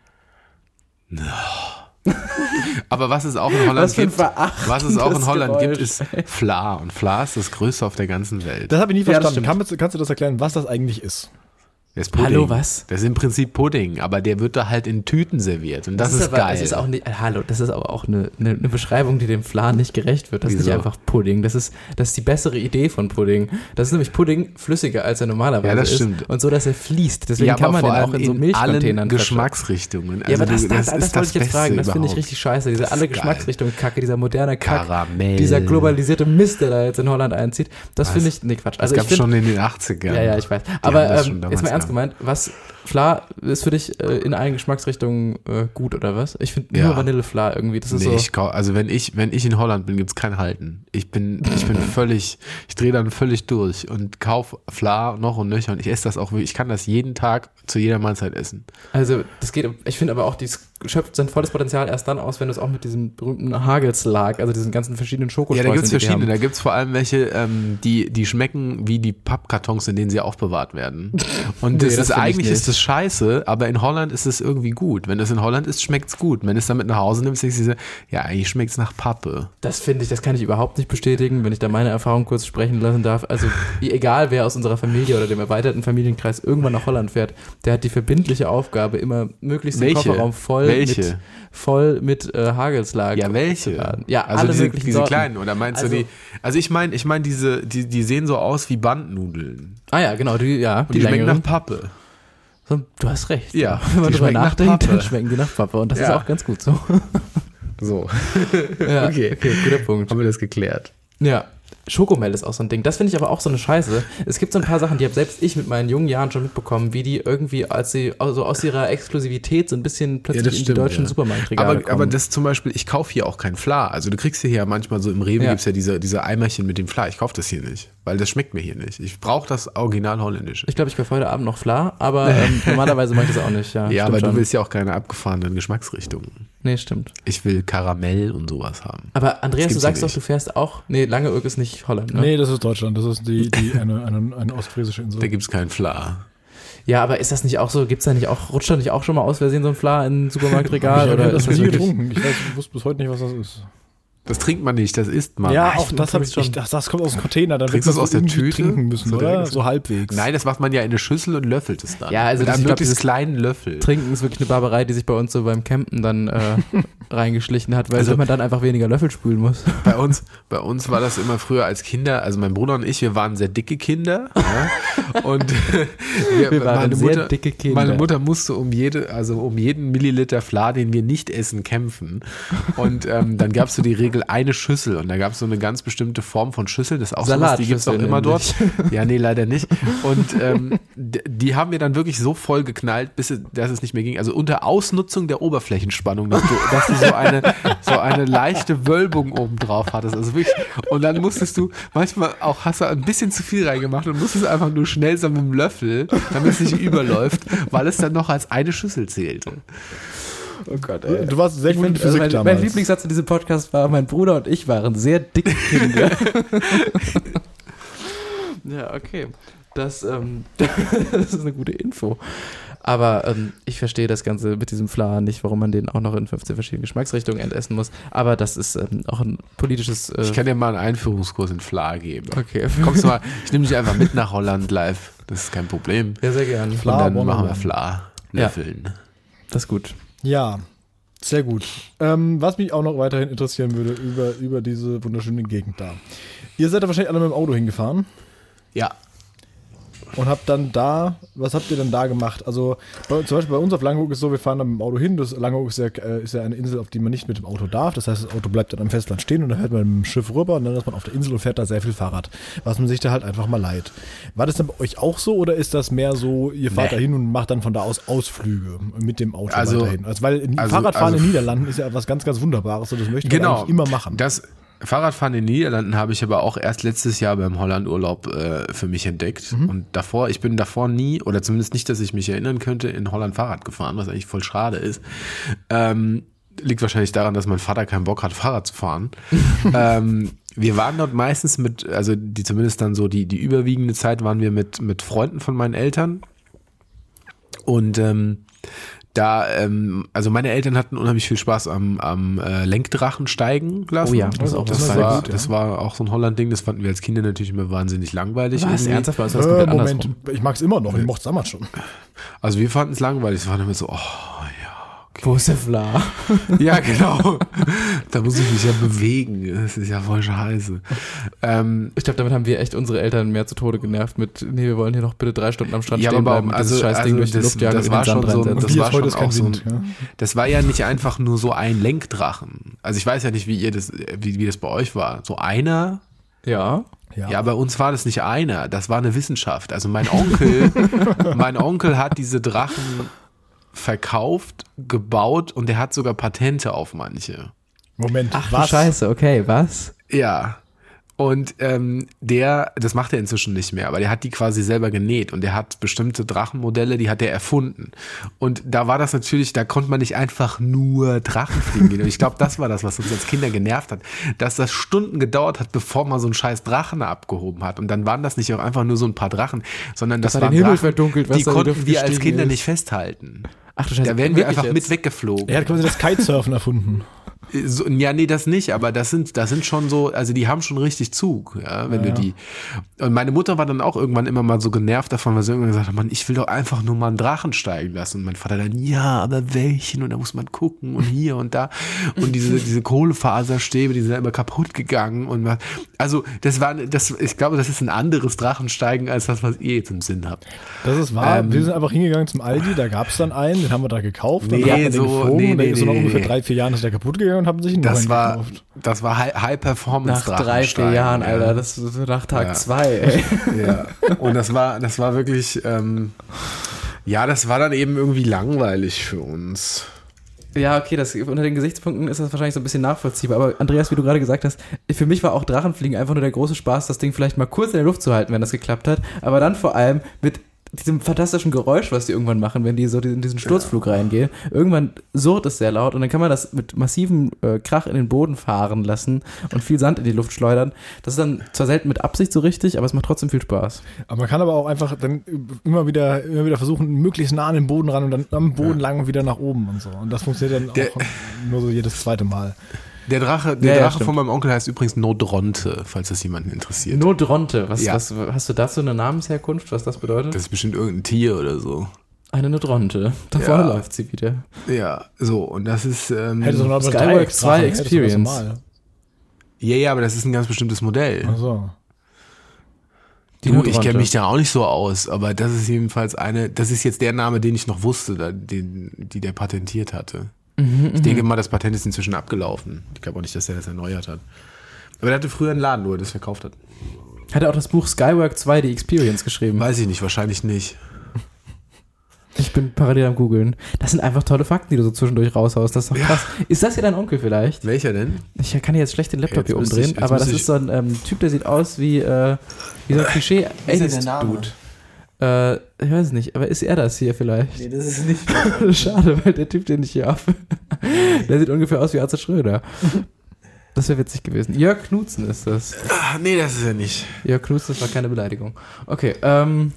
Aber was es auch in Holland Was für ein gibt, was es auch in verachtendes Holland gibt, Geräusch. ist Fla. Und Fla ist das größte auf der ganzen Welt. Das habe ich nie Ja, das verstanden. stimmt. Kannst, kannst du das erklären, was das eigentlich ist? Der ist Pudding. Hallo, was? Das ist im Prinzip Pudding, aber der wird da halt in Tüten serviert. Und das, ist, aber, geil. Es ist auch nicht, äh, hallo, das ist aber auch eine, eine, eine Beschreibung, die dem Flan nicht gerecht wird. Das ist Wieso? nicht einfach Pudding. Das ist, das ist die bessere Idee von Pudding. Das ist nämlich Pudding flüssiger, als er normalerweise Ja, das ist. stimmt. Und so, dass er fließt. Deswegen ja, kann man aber den vor auch allem in so in Milchcontainern allen verschicken. Geschmacksrichtungen. Ja, aber Also das, du- das, das, ist das wollte ich jetzt Beste fragen. Das finde ich überhaupt. richtig scheiße. Diese alle geil. Geschmacksrichtungen Kacke, dieser moderne Kack, Karamell. dieser globalisierte Mist, der da jetzt in Holland einzieht. Das Was? finde ich, nee, Quatsch. Das Also ich gab es finde, schon in den achtzigern. ja, ja, ich weiß. haben Aber das ähm, schon damals jetzt mal ernst ernst gemeint. Was, Fla ist für dich äh, in allen Geschmacksrichtungen äh, gut, oder was? Ich finde nur Ja. Vanillefla irgendwie, das ist Nee, so. ich kau- also wenn ich, wenn ich in Holland bin, gibt's kein Halten. Ich bin, ich bin völlig, ich drehe dann völlig durch und kaufe Fla noch und nöcher und ich esse das auch wirklich, ich kann das jeden Tag zu jeder Mahlzeit essen. Also das geht, ich finde aber auch, die schöpft sein volles Potenzial erst dann aus, wenn du es auch mit diesem berühmten Hagelslag, also diesen ganzen verschiedenen Ja, Schokostreuseln, da gibt's die die verschiedene. haben. Da gibt's vor allem welche, ähm, die, die schmecken wie die Pappkartons, in denen sie aufbewahrt werden. Und Nee, das das ist find ich eigentlich nicht. ist das scheiße, aber in Holland ist es irgendwie gut. Wenn das in Holland ist, schmeckt's gut. Wenn du es dann mit nach Hause nimmst, denkst du dir, ja, eigentlich schmeckt's nach Pappe. Das finde ich, das kann ich überhaupt nicht bestätigen, wenn ich da meine Erfahrung kurz sprechen lassen darf. Also egal, wer aus unserer Familie oder dem erweiterten Familienkreis irgendwann nach Holland fährt, der hat die verbindliche Aufgabe, immer möglichst den Welche? Kofferraum voll Welche? mit, voll mit äh, Hagelslag. Ja, welche? aufzuladen. Ja, also alle diese, möglichen diese Sorten. kleinen, oder meinst Also- du die? Also ich meine, ich meine diese, die, die sehen so aus wie Bandnudeln. Ah ja, genau, die, ja, Und die, die, schmecken längeren. nach Pappe. So, du hast recht. Ja, Wenn man die drüber schmecken nach nachdenkt, dann Pappe. schmecken die nach Pappe. Und das Ja. ist auch ganz gut so. So. Ja, Okay. okay, guter Punkt. Haben wir das geklärt? Ja. Schokomel ist auch so ein Ding. Das finde ich aber auch so eine Scheiße. Es gibt so ein paar Sachen, die habe selbst ich mit meinen jungen Jahren schon mitbekommen, wie die irgendwie, als sie also aus ihrer Exklusivität so ein bisschen plötzlich das in stimmt, die deutschen ja. Supermarktregale Aber, kommen. aber das zum Beispiel, ich kaufe hier auch kein Fla. Also du kriegst hier ja manchmal so im Rewe Ja. gibt's ja diese, diese Eimerchen mit dem Fla. Ich kaufe das hier nicht, weil das schmeckt mir hier nicht. Ich brauche das Original Holländische. ich glaube, ich kaufe heute Abend noch Fla, aber ähm, normalerweise mache ich das auch nicht. Ja, Ja, stimmt aber schon. du willst ja auch keine abgefahrenen Geschmacksrichtungen. Nee, stimmt. Ich will Karamell und sowas haben. Aber Andreas, Das du gibt's sagst hier doch, du fährst auch. Nee, Langeoog ist nicht Holland, ne? Nee, das ist Deutschland. Das ist die, die eine, eine, eine ostfriesische Insel. Da gibt's keinen Fla. Ja, aber ist das nicht auch so, gibt's da nicht auch, rutscht da nicht auch schon mal aus Versehen so ein Fla in ein Supermarktregal? ich oder habe das ist das nie wirklich, getrunken. Ich weiß, ich wusste bis heute nicht, was das ist. Das trinkt man nicht, das isst man. ja, ich auch das habe ich schon. schon. Das, das kommt aus dem Container. Dann Trinkst wird du man es aus der irgendwie Tüte? trinken müssen, So oder? direkt? So halbwegs. Nein, das macht man ja in eine Schüssel und löffelt es dann. Ja, also Mit das- einem ich glaub, möglichst dieses kleinen Löffel. Trinken ist wirklich eine Barbarei, die sich bei uns so beim Campen dann äh, reingeschlichen hat, weil Also- man dann einfach weniger Löffel spülen muss. Bei uns, bei uns war das immer früher als Kinder, also mein Bruder und ich, wir waren sehr dicke Kinder. Ja, und wir, Wir waren meine sehr Mutter, dicke Kinder. Meine Mutter musste um jede, also um jeden Milliliter Fla, den wir nicht essen, kämpfen. Und ähm, dann gab es so die Regel eine Schüssel und da gab es so eine ganz bestimmte Form von Schüssel, das ist auch sowas, die gibt es auch Salatschüssel immer dort. nämlich. Ja, nee, leider nicht. Und ähm, d- die haben wir dann wirklich so voll geknallt, bis es, dass es nicht mehr ging. Also unter Ausnutzung der Oberflächenspannung, dass du, dass du so eine, so eine leichte Wölbung oben drauf hattest. Also wirklich, und dann musstest du, manchmal auch hast du ein bisschen zu viel reingemacht und musstest einfach nur schnell so mit dem Löffel, damit es nicht überläuft, weil es dann noch als eine Schüssel zählte. Oh Gott, ey. Du warst sehr Ich gut in find, also Physik mein, damals. mein Lieblingssatz in diesem Podcast war, mein Bruder und ich waren sehr dicke Kinder. Ja, okay. Das, ähm, das ist eine gute Info. Aber ähm, ich verstehe das Ganze mit diesem Fla nicht, warum man den auch noch in fünfzehn verschiedenen Geschmacksrichtungen entessen muss. Aber das ist ähm, auch ein politisches... Äh, Ich kann dir mal einen Einführungskurs in Fla geben. okay. Kommst du mal, ich nehme dich einfach mit nach Holland live. Das ist kein Problem. Ja, sehr gerne. Und Fla, dann one machen on wir one. Fla. Ja. Löffeln. Das ist gut. Ja, sehr gut. Ähm, was mich auch noch weiterhin interessieren würde über, über diese wunderschöne Gegend da. Ihr seid da wahrscheinlich alle mit dem Auto hingefahren Ja. und habt dann da, was habt ihr denn da gemacht? Also bei, zum Beispiel bei uns auf Langeoog ist so, wir fahren dann mit dem Auto hin. Das Langeoog ist ja, äh, ist ja eine Insel, auf die man nicht mit dem Auto darf. Das heißt, das Auto bleibt dann am Festland stehen und dann fährt man mit dem Schiff rüber und dann ist man auf der Insel und fährt da sehr viel Fahrrad. Was man sich da halt einfach mal leiht. War das dann bei euch auch so oder ist das mehr so, ihr fahrt Nee. da hin und macht dann von da aus Ausflüge mit dem Auto Also- weiterhin? Also weil also- Fahrradfahren also- in den Niederlanden ist ja etwas ganz, ganz Wunderbares und das möchte man Genau. eigentlich immer machen. Das Fahrradfahren in den Niederlanden habe ich aber auch erst letztes Jahr beim Hollandurlaub äh, für mich entdeckt. Und davor, ich bin davor nie, oder zumindest nicht, dass ich mich erinnern könnte, in Holland Fahrrad gefahren, was eigentlich voll schade ist. Ähm, liegt wahrscheinlich daran, dass mein Vater keinen Bock hat, Fahrrad zu fahren. ähm, wir waren dort meistens mit, also die zumindest dann so die, die überwiegende Zeit waren wir mit, mit Freunden von meinen Eltern. Und ähm, da, ähm, also meine Eltern hatten unheimlich viel Spaß am, am äh, Lenkdrachen steigen lassen. Oh ja, das ist auch das, immer sehr war, gut, ja. das war auch so ein Holland-Ding, das fanden wir als Kinder natürlich immer wahnsinnig langweilig. Was? irgendwie. Ernsthaft? Bei uns war das Äh, komplett Moment, andersrum. ich mag es immer noch, ich mochte es damals schon. Also wir fanden es langweilig, es war immer so, oh ja. Wo ist der Fla? Ja, genau. Da muss ich mich ja bewegen. Das ist ja voll scheiße. Ähm, Ich glaube, damit haben wir echt unsere Eltern mehr zu Tode genervt mit, nee, wir wollen hier noch bitte drei Stunden am Strand Ja, stehen aber bleiben und also- dieses scheiß Ding also durch die das- Luft jagen das und in war den Sand schon so ein- reinsetzen. das Hier war ist heute schon ist kein auch so ein- Wind. Ja. Das war ja nicht einfach nur so ein Lenkdrachen. Also ich weiß ja nicht, wie ihr das, wie, wie das bei euch war. So einer? Ja. Ja. Ja, bei uns war das nicht einer, das war eine Wissenschaft. Also mein Onkel, mein Onkel hat diese Drachen verkauft, gebaut und der hat sogar Patente auf manche. Moment, Ach was? du Scheiße, okay, was? Ja. Und ähm, der, das macht er inzwischen nicht mehr, aber der hat die quasi selber genäht und der hat bestimmte Drachenmodelle, die hat er erfunden. Und da war das natürlich, da konnte man nicht einfach nur Drachen fliegen gehen. Und ich glaube, das war das, was uns als Kinder genervt hat, dass das Stunden gedauert hat, bevor man so einen scheiß Drachen abgehoben hat. Und dann waren das nicht auch einfach nur so ein paar Drachen, sondern das, Das hat waren den Himmel Drachen, verdunkelt, was die da konnten wieder wir als gestiegen Kinder ist. nicht festhalten. Ach du Scheiße, Da wären wir wirklich einfach mit jetzt? weggeflogen. Er hat quasi das Kitesurfen erfunden. So, ja, nee, das nicht, aber das sind, das sind schon so, also die haben schon richtig Zug, ja, wenn Ja, du die. Und meine Mutter war dann auch irgendwann immer mal so genervt davon, weil sie irgendwann gesagt hat, Mann, ich will doch einfach nur mal einen Drachen steigen lassen. Und mein Vater dann, ja, aber welchen? Und da muss man gucken und hier und da. Und diese, diese Kohlefaserstäbe, die sind dann immer kaputt gegangen. Und man, also, das war, das, ich glaube, das ist ein anderes Drachensteigen als das, was ihr jetzt im Sinn habt. Das ist wahr. Ähm, wir sind einfach hingegangen zum Aldi, da gab es dann einen, den haben wir da gekauft. Dann Nee, hat man den so- geflogen nee, und der nee, ist so nach nee, ungefähr nee. drei, vier Jahren ist der kaputt gegangen und haben sich einen Das neuen war, gekauft. das war High- High-Performance Nach drei, vier Jahren, ja. Alter, das ist nach Tag Ja. zwei, ey. Ja, und das war, das war wirklich, ähm, ja, das war dann eben irgendwie langweilig für uns. Ja, okay, das, unter den Gesichtspunkten ist das wahrscheinlich so ein bisschen nachvollziehbar. Aber Andreas, wie du gerade gesagt hast, für mich war auch Drachenfliegen einfach nur der große Spaß, das Ding vielleicht mal kurz in der Luft zu halten, wenn das geklappt hat. Aber dann vor allem mit diesem fantastischen Geräusch, was die irgendwann machen, wenn die so in diesen Sturzflug reingehen. Irgendwann surrt es sehr laut und dann kann man das mit massivem äh, Krach in den Boden fahren lassen und viel Sand in die Luft schleudern. Das ist dann zwar selten mit Absicht so richtig, aber es macht trotzdem viel Spaß. Aber man kann aber auch einfach dann immer wieder, immer wieder versuchen, möglichst nah an den Boden ran und dann am Boden lang und wieder nach oben und so. Und das funktioniert dann Der- auch nur so jedes zweite Mal. Der Drache, der Ja, ja, Drache stimmt. von meinem Onkel heißt übrigens Nodronte, falls das jemanden interessiert. Nodronte, was, Ja. was, hast du dazu eine Namensherkunft, was das bedeutet? Das ist bestimmt irgendein Tier oder so. Eine Nodronte. Da vorne Ja. läuft sie wieder. Ja, so, und das ist, ähm, Hätte so ein Skyward Dreiecksdrachen, zwei hätte so was Experience. normal. ja, ja, aber das ist ein ganz bestimmtes Modell. Ach so. Die Du, ich Nodronte. kenne mich da auch nicht so aus, aber das ist jedenfalls eine, das ist jetzt der Name, den ich noch wusste, da- den, die der patentiert hatte. Ich denke mal, das Patent ist inzwischen abgelaufen. Ich glaube auch nicht, dass er das erneuert hat. Aber der hatte früher einen Laden, wo er das verkauft hat. Hat er auch das Buch Skyward zwei, die Experience geschrieben? Weiß ich nicht, wahrscheinlich nicht. Ich bin parallel am googeln. Das sind einfach tolle Fakten, die du so zwischendurch raushaust. Das ist doch krass. Ist das hier dein Onkel vielleicht? Welcher denn? Ich kann hier jetzt schlecht den Laptop Jetzt hier müsste umdrehen, ich- jetzt aber das müsste ist ich- so ein ähm, Typ, der sieht aus wie, äh, wie so ein klischee Wie ist denn der aliens Name? dude Äh, ich weiß es nicht, aber ist er das hier vielleicht? Nee, das ist nicht. Schade, weil der Typ, den ich hier habe, der sieht ungefähr aus wie Arze Schröder. Das wäre witzig gewesen. Jörg Knutzen ist das. Ach, nee, das ist er nicht. Jörg Knutzen, das war keine Beleidigung. Okay, ähm,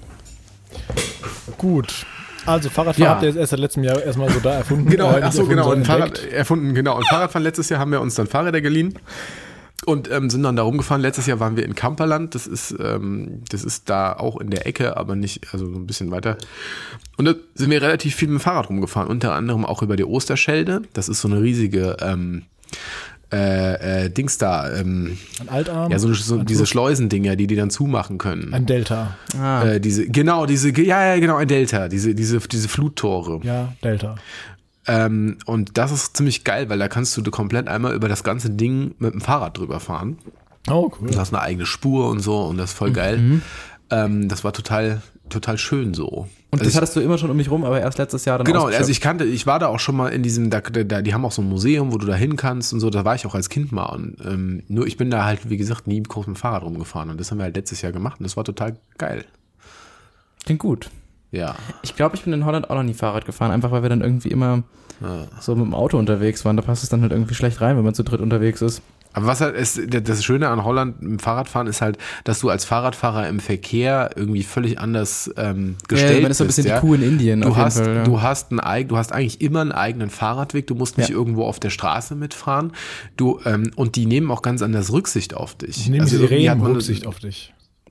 Gut. Also Fahrradfahren Ja. habt ihr jetzt erst seit letztem Jahr erstmal so da erfunden. Genau, äh, nicht ach so, erfunden, genau. Und sondern Fahrrad entdeckt. erfunden, genau. Und Fahrradfahren letztes Jahr haben wir uns dann Fahrräder geliehen und ähm, sind dann da rumgefahren. Letztes Jahr waren wir in Kamperland. Das ist, ähm, das ist da auch in der Ecke, aber nicht, also so ein bisschen weiter. Und da sind wir relativ viel mit dem Fahrrad rumgefahren. Unter anderem auch über die Osterschelde. Das ist so eine riesige ähm, äh, äh, Dings da. Ähm, Ein Altarm. ja, so, so ein diese Fluss, Schleusendinger, die die dann zumachen können. Ein Delta. ah, Äh, diese, genau, diese, ja, ja, genau, ein Delta, diese, diese, diese Fluttore. Ja, Delta. Ähm, und das ist ziemlich geil, weil da kannst du komplett einmal über das ganze Ding mit dem Fahrrad drüber fahren. Oh, cool. Du hast eine eigene Spur und so und das ist voll geil. Mhm. Ähm, das war total, total schön so. und also das ich, hattest du immer schon um mich rum, aber erst letztes Jahr dann genau, ausgeschöpft. also ich kannte, ich war da auch schon mal in diesem, da, da, die haben auch so ein Museum, wo du da hin kannst und so, da war ich auch als Kind mal. Und, ähm, nur ich bin da halt, wie gesagt, nie groß mit dem Fahrrad rumgefahren und das haben wir halt letztes Jahr gemacht und das war total geil. Klingt gut. Ja. Ich glaube, ich bin in Holland auch noch nie Fahrrad gefahren, einfach weil wir dann irgendwie immer ja. so mit dem Auto unterwegs waren. Da passt es dann halt irgendwie schlecht rein, wenn man zu dritt unterwegs ist. Aber was halt ist, das Schöne an Holland im Fahrradfahren ist halt, dass du als Fahrradfahrer im Verkehr irgendwie völlig anders ähm, gestellt ja, man ist so ein bist. bisschen ja. die Kuh in Indien. Du auf jeden hast, Fall, ja. du hast ein eig, du hast eigentlich immer einen eigenen Fahrradweg. Du musst nicht Ja. irgendwo auf der Straße mitfahren. Du ähm, und die nehmen auch ganz anders Rücksicht auf dich. Nehmen Also die irgendwie hat Sirenen man- Rücksicht auf dich.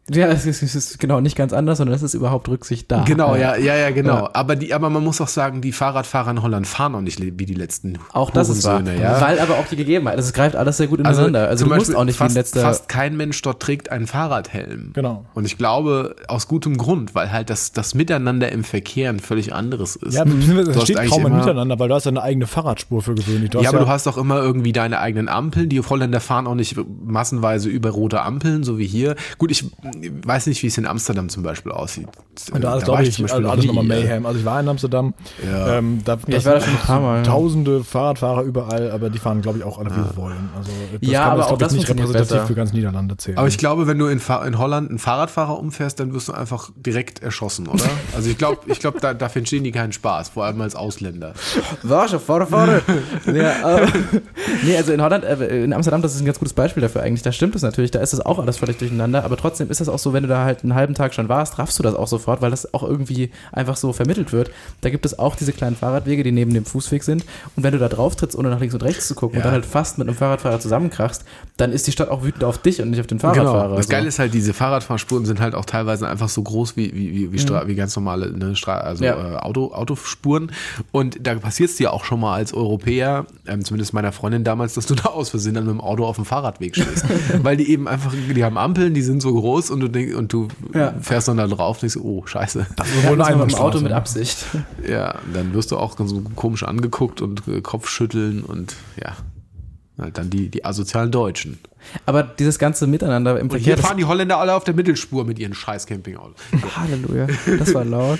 Ja, es ist, es ist genau nicht ganz anders, sondern es ist überhaupt Rücksicht da. Genau, ja, ja, ja, genau. Ja. Aber die, aber man muss auch sagen, die Fahrradfahrer in Holland fahren auch nicht wie die letzten Auch das ist wahr. Ja? Weil aber auch die Gegebenheit, also es greift alles sehr gut ineinander. Also, also du musst auch nicht fast, wie ein letzter... Fast kein Mensch dort trägt einen Fahrradhelm. Genau. Und ich glaube, aus gutem Grund, weil halt das, das Miteinander im Verkehr ein völlig anderes ist. Ja, es steht kaum ein Miteinander, weil du hast ja eine eigene Fahrradspur für gewöhnlich. Ja, aber ja du hast auch immer irgendwie deine eigenen Ampeln. Die Holländer fahren auch nicht massenweise über rote Ampeln, so wie hier. Gut, ich weiß nicht, wie es in Amsterdam zum Beispiel aussieht. Und da ist, glaube ich, ich alles nochmal Mayhem. Also ich war in Amsterdam, ja. ähm, da ja, ich war da schon ein paar Mal, tausende ja. Fahrradfahrer überall, aber die fahren, glaube ich, auch alle, wie sie wollen. Also das ja, kann aber das, auch das nicht repräsentativ besser. für ganz Niederlande zählen. Aber ich glaube, wenn du in, in Holland einen Fahrradfahrer umfährst, dann wirst du einfach direkt erschossen, oder? Also ich glaube, ich glaube, da, dafür entstehen die keinen Spaß, vor allem als Ausländer. Was? Vorne, vorne. ja, äh, nee, also in Holland, äh, in Amsterdam, das ist ein ganz gutes Beispiel dafür eigentlich. Da stimmt es natürlich, da ist das auch alles völlig durcheinander, aber trotzdem ist das auch so, wenn du da halt einen halben Tag schon warst, raffst du das auch sofort, weil das auch irgendwie einfach so vermittelt wird. Da gibt es auch diese kleinen Fahrradwege, die neben dem Fußweg sind, und wenn du da drauf trittst, ohne nach links und rechts zu gucken ja. und dann halt fast mit einem Fahrradfahrer zusammenkrachst, dann ist die Stadt auch wütend auf dich und nicht auf den Fahrradfahrer. Genau. Das so. Geile ist halt, diese Fahrradfahrspuren sind halt auch teilweise einfach so groß wie, wie, wie, wie, Stra- mhm. wie ganz normale ne, Stra- also, ja. äh, Auto, Autospuren, und da passiert es dir auch schon mal als Europäer, ähm, zumindest meiner Freundin damals, dass du da aus Versehen dann mit dem Auto auf dem Fahrradweg stehst. Weil die eben einfach, die haben Ampeln, die sind so groß, und du, denk, und du ja. fährst dann da drauf und denkst, oh, scheiße. Das ist wohl ein mit dem Auto mit Absicht. Ja, dann wirst du auch ganz so komisch angeguckt und äh, Kopfschütteln und ja, halt dann die, die asozialen Deutschen. Aber dieses ganze Miteinander im und Verkehr... hier fahren die Holländer alle auf der Mittelspur mit ihren scheiß Campingautos. Halleluja, das war laut.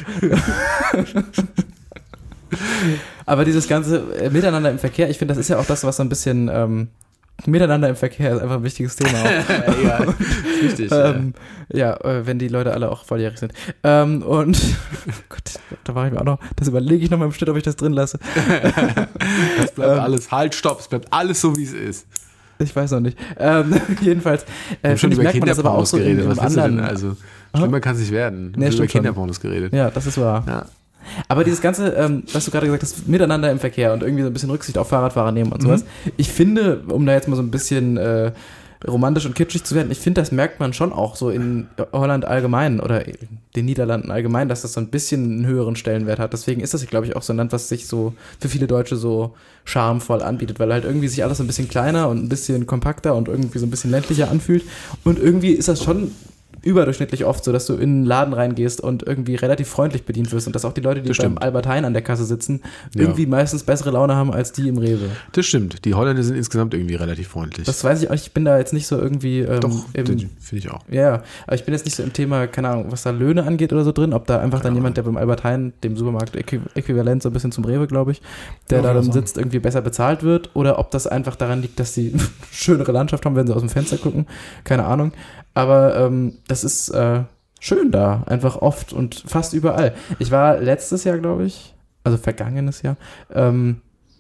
Aber dieses ganze Miteinander im Verkehr, ich finde, das ist ja auch das, was so ein bisschen... Ähm, Miteinander im Verkehr ist einfach ein wichtiges Thema. Auch. ja, ist wichtig. ähm, ja, äh, wenn die Leute alle auch volljährig sind. Ähm, und Gott, da war ich mir auch noch, das überlege ich noch mal im Schnitt, ob ich das drin lasse. Das bleibt ähm, alles, halt, stopp, es bleibt alles so, wie es ist. Ich weiß noch nicht. Ähm, jedenfalls. Äh, schon über Kinderpornos so geredet. im, im Was anderen, denn? Also, schlimmer kann es nicht werden. Nee, über Kinderpornos geredet. Ja, das ist wahr. Ja. Aber dieses ganze, ähm, was du gerade gesagt hast, Miteinander im Verkehr und irgendwie so ein bisschen Rücksicht auf Fahrradfahrer nehmen und sowas. Mhm. Ich finde, um da jetzt mal so ein bisschen äh, romantisch und kitschig zu werden, ich finde, das merkt man schon auch so in Holland allgemein oder den Niederlanden allgemein, dass das so ein bisschen einen höheren Stellenwert hat. Deswegen ist das, glaube ich, auch so ein Land, was sich so für viele Deutsche so charmvoll anbietet, weil halt irgendwie sich alles ein bisschen kleiner und ein bisschen kompakter und irgendwie so ein bisschen ländlicher anfühlt. Und irgendwie ist das schon überdurchschnittlich oft so, dass du in einen Laden reingehst und irgendwie relativ freundlich bedient wirst und dass auch die Leute, die beim Albert Heijn an der Kasse sitzen, ja. irgendwie meistens bessere Laune haben als die im Rewe. Das stimmt. Die Holländer sind insgesamt irgendwie relativ freundlich. Das weiß ich auch. Ich bin da jetzt nicht so irgendwie ähm, Doch, finde ich auch. Ja, aber ich bin jetzt nicht so im Thema, keine Ahnung, was da Löhne angeht oder so drin, ob da einfach keine dann jemand, der beim Albert Heijn, dem Supermarkt äquivalent so ein bisschen zum Rewe, glaube ich, der ja, da dann so sitzt, irgendwie besser bezahlt wird, oder ob das einfach daran liegt, dass sie schönere Landschaft haben, wenn sie aus dem Fenster gucken. Keine Ahnung. Aber ähm, das ist äh, schön da, einfach oft und fast überall. Ich war letztes Jahr, glaube ich, also vergangenes Jahr, ähm,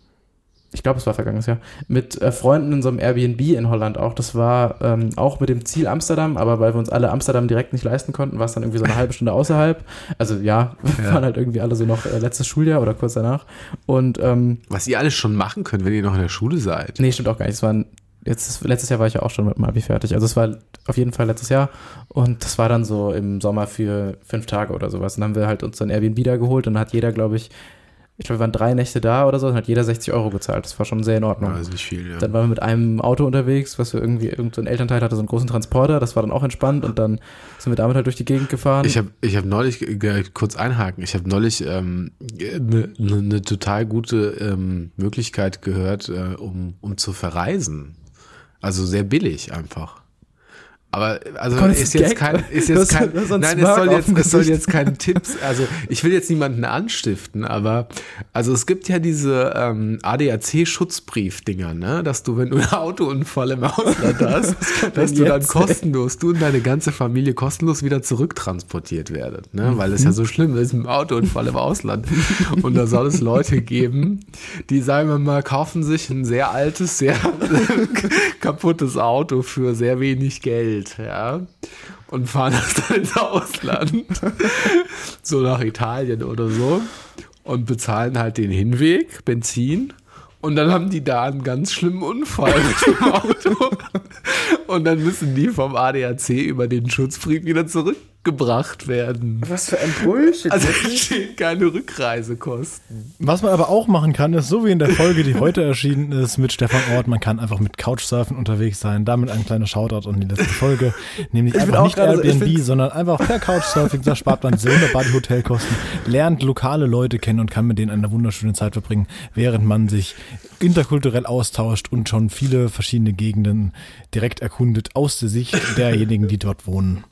ich glaube, es war vergangenes Jahr, mit äh, Freunden in so einem Airbnb in Holland auch. Das war ähm, auch mit dem Ziel Amsterdam, aber weil wir uns alle Amsterdam direkt nicht leisten konnten, war es dann irgendwie so eine halbe Stunde außerhalb. Also ja, wir ja. waren halt irgendwie alle so noch äh, letztes Schuljahr oder kurz danach. Und ähm, was ihr alles schon machen könnt, wenn ihr noch in der Schule seid. Nee, stimmt auch gar nicht. Es waren Jetzt, letztes Jahr war ich ja auch schon mit dem Abi fertig. Also es war auf jeden Fall letztes Jahr und das war dann so im Sommer für fünf Tage oder sowas. Und dann haben wir halt uns dann Airbnb da geholt und dann hat jeder, glaube ich, ich glaube, wir waren drei Nächte da oder so, dann hat jeder sechzig Euro gezahlt. Das war schon sehr in Ordnung. Ja, das ist nicht viel, ja. Dann waren wir mit einem Auto unterwegs, was wir irgendwie, irgend so ein Elternteil hatte so einen großen Transporter, das war dann auch entspannt und dann sind wir damit halt durch die Gegend gefahren. Ich habe ich hab neulich, kurz einhaken, ich habe neulich ähm, eine ne total gute ähm, Möglichkeit gehört, äh, um, um zu verreisen. Also sehr billig einfach. Aber also Gott, ist jetzt Gag? kein, ist jetzt kein, das, das nein, es soll jetzt, es soll jetzt kein Tipps, also ich will jetzt niemanden anstiften, aber also es gibt ja diese ähm, A D A C-Schutzbrief-Dinger, ne, dass du, wenn du einen Autounfall im Ausland hast, dass du dann kostenlos, du und deine ganze Familie kostenlos wieder zurücktransportiert werdet, ne, weil es ja so schlimm ist mit dem Autounfall im Ausland. Und da soll es Leute geben, die, sagen wir mal, kaufen sich ein sehr altes, sehr kaputtes Auto für sehr wenig Geld. Ja, und fahren das dann ins Ausland, so nach Italien oder so, und bezahlen halt den Hinweg, Benzin, Und dann haben die da einen ganz schlimmen Unfall mit dem Auto. Und dann müssen die vom A D A C über den Schutzbrief wieder zurückgebracht werden. Was für ein Bullshit. Also es stehen keine Rückreisekosten. Was man aber auch machen kann, ist so wie in der Folge, die heute erschienen ist mit Stefan Ort, man kann einfach mit Couchsurfen unterwegs sein. Damit ein kleiner Shoutout an die letzte Folge. Nämlich Ich einfach nicht so, Airbnb, sondern einfach per Couchsurfing. Da spart man sehr wunderbar die Hotelkosten, lernt lokale Leute kennen und kann mit denen eine wunderschöne Zeit verbringen, während man sich interkulturell austauscht und schon viele verschiedene Gegenden direkt erkundet aus der Sicht derjenigen, die dort wohnen.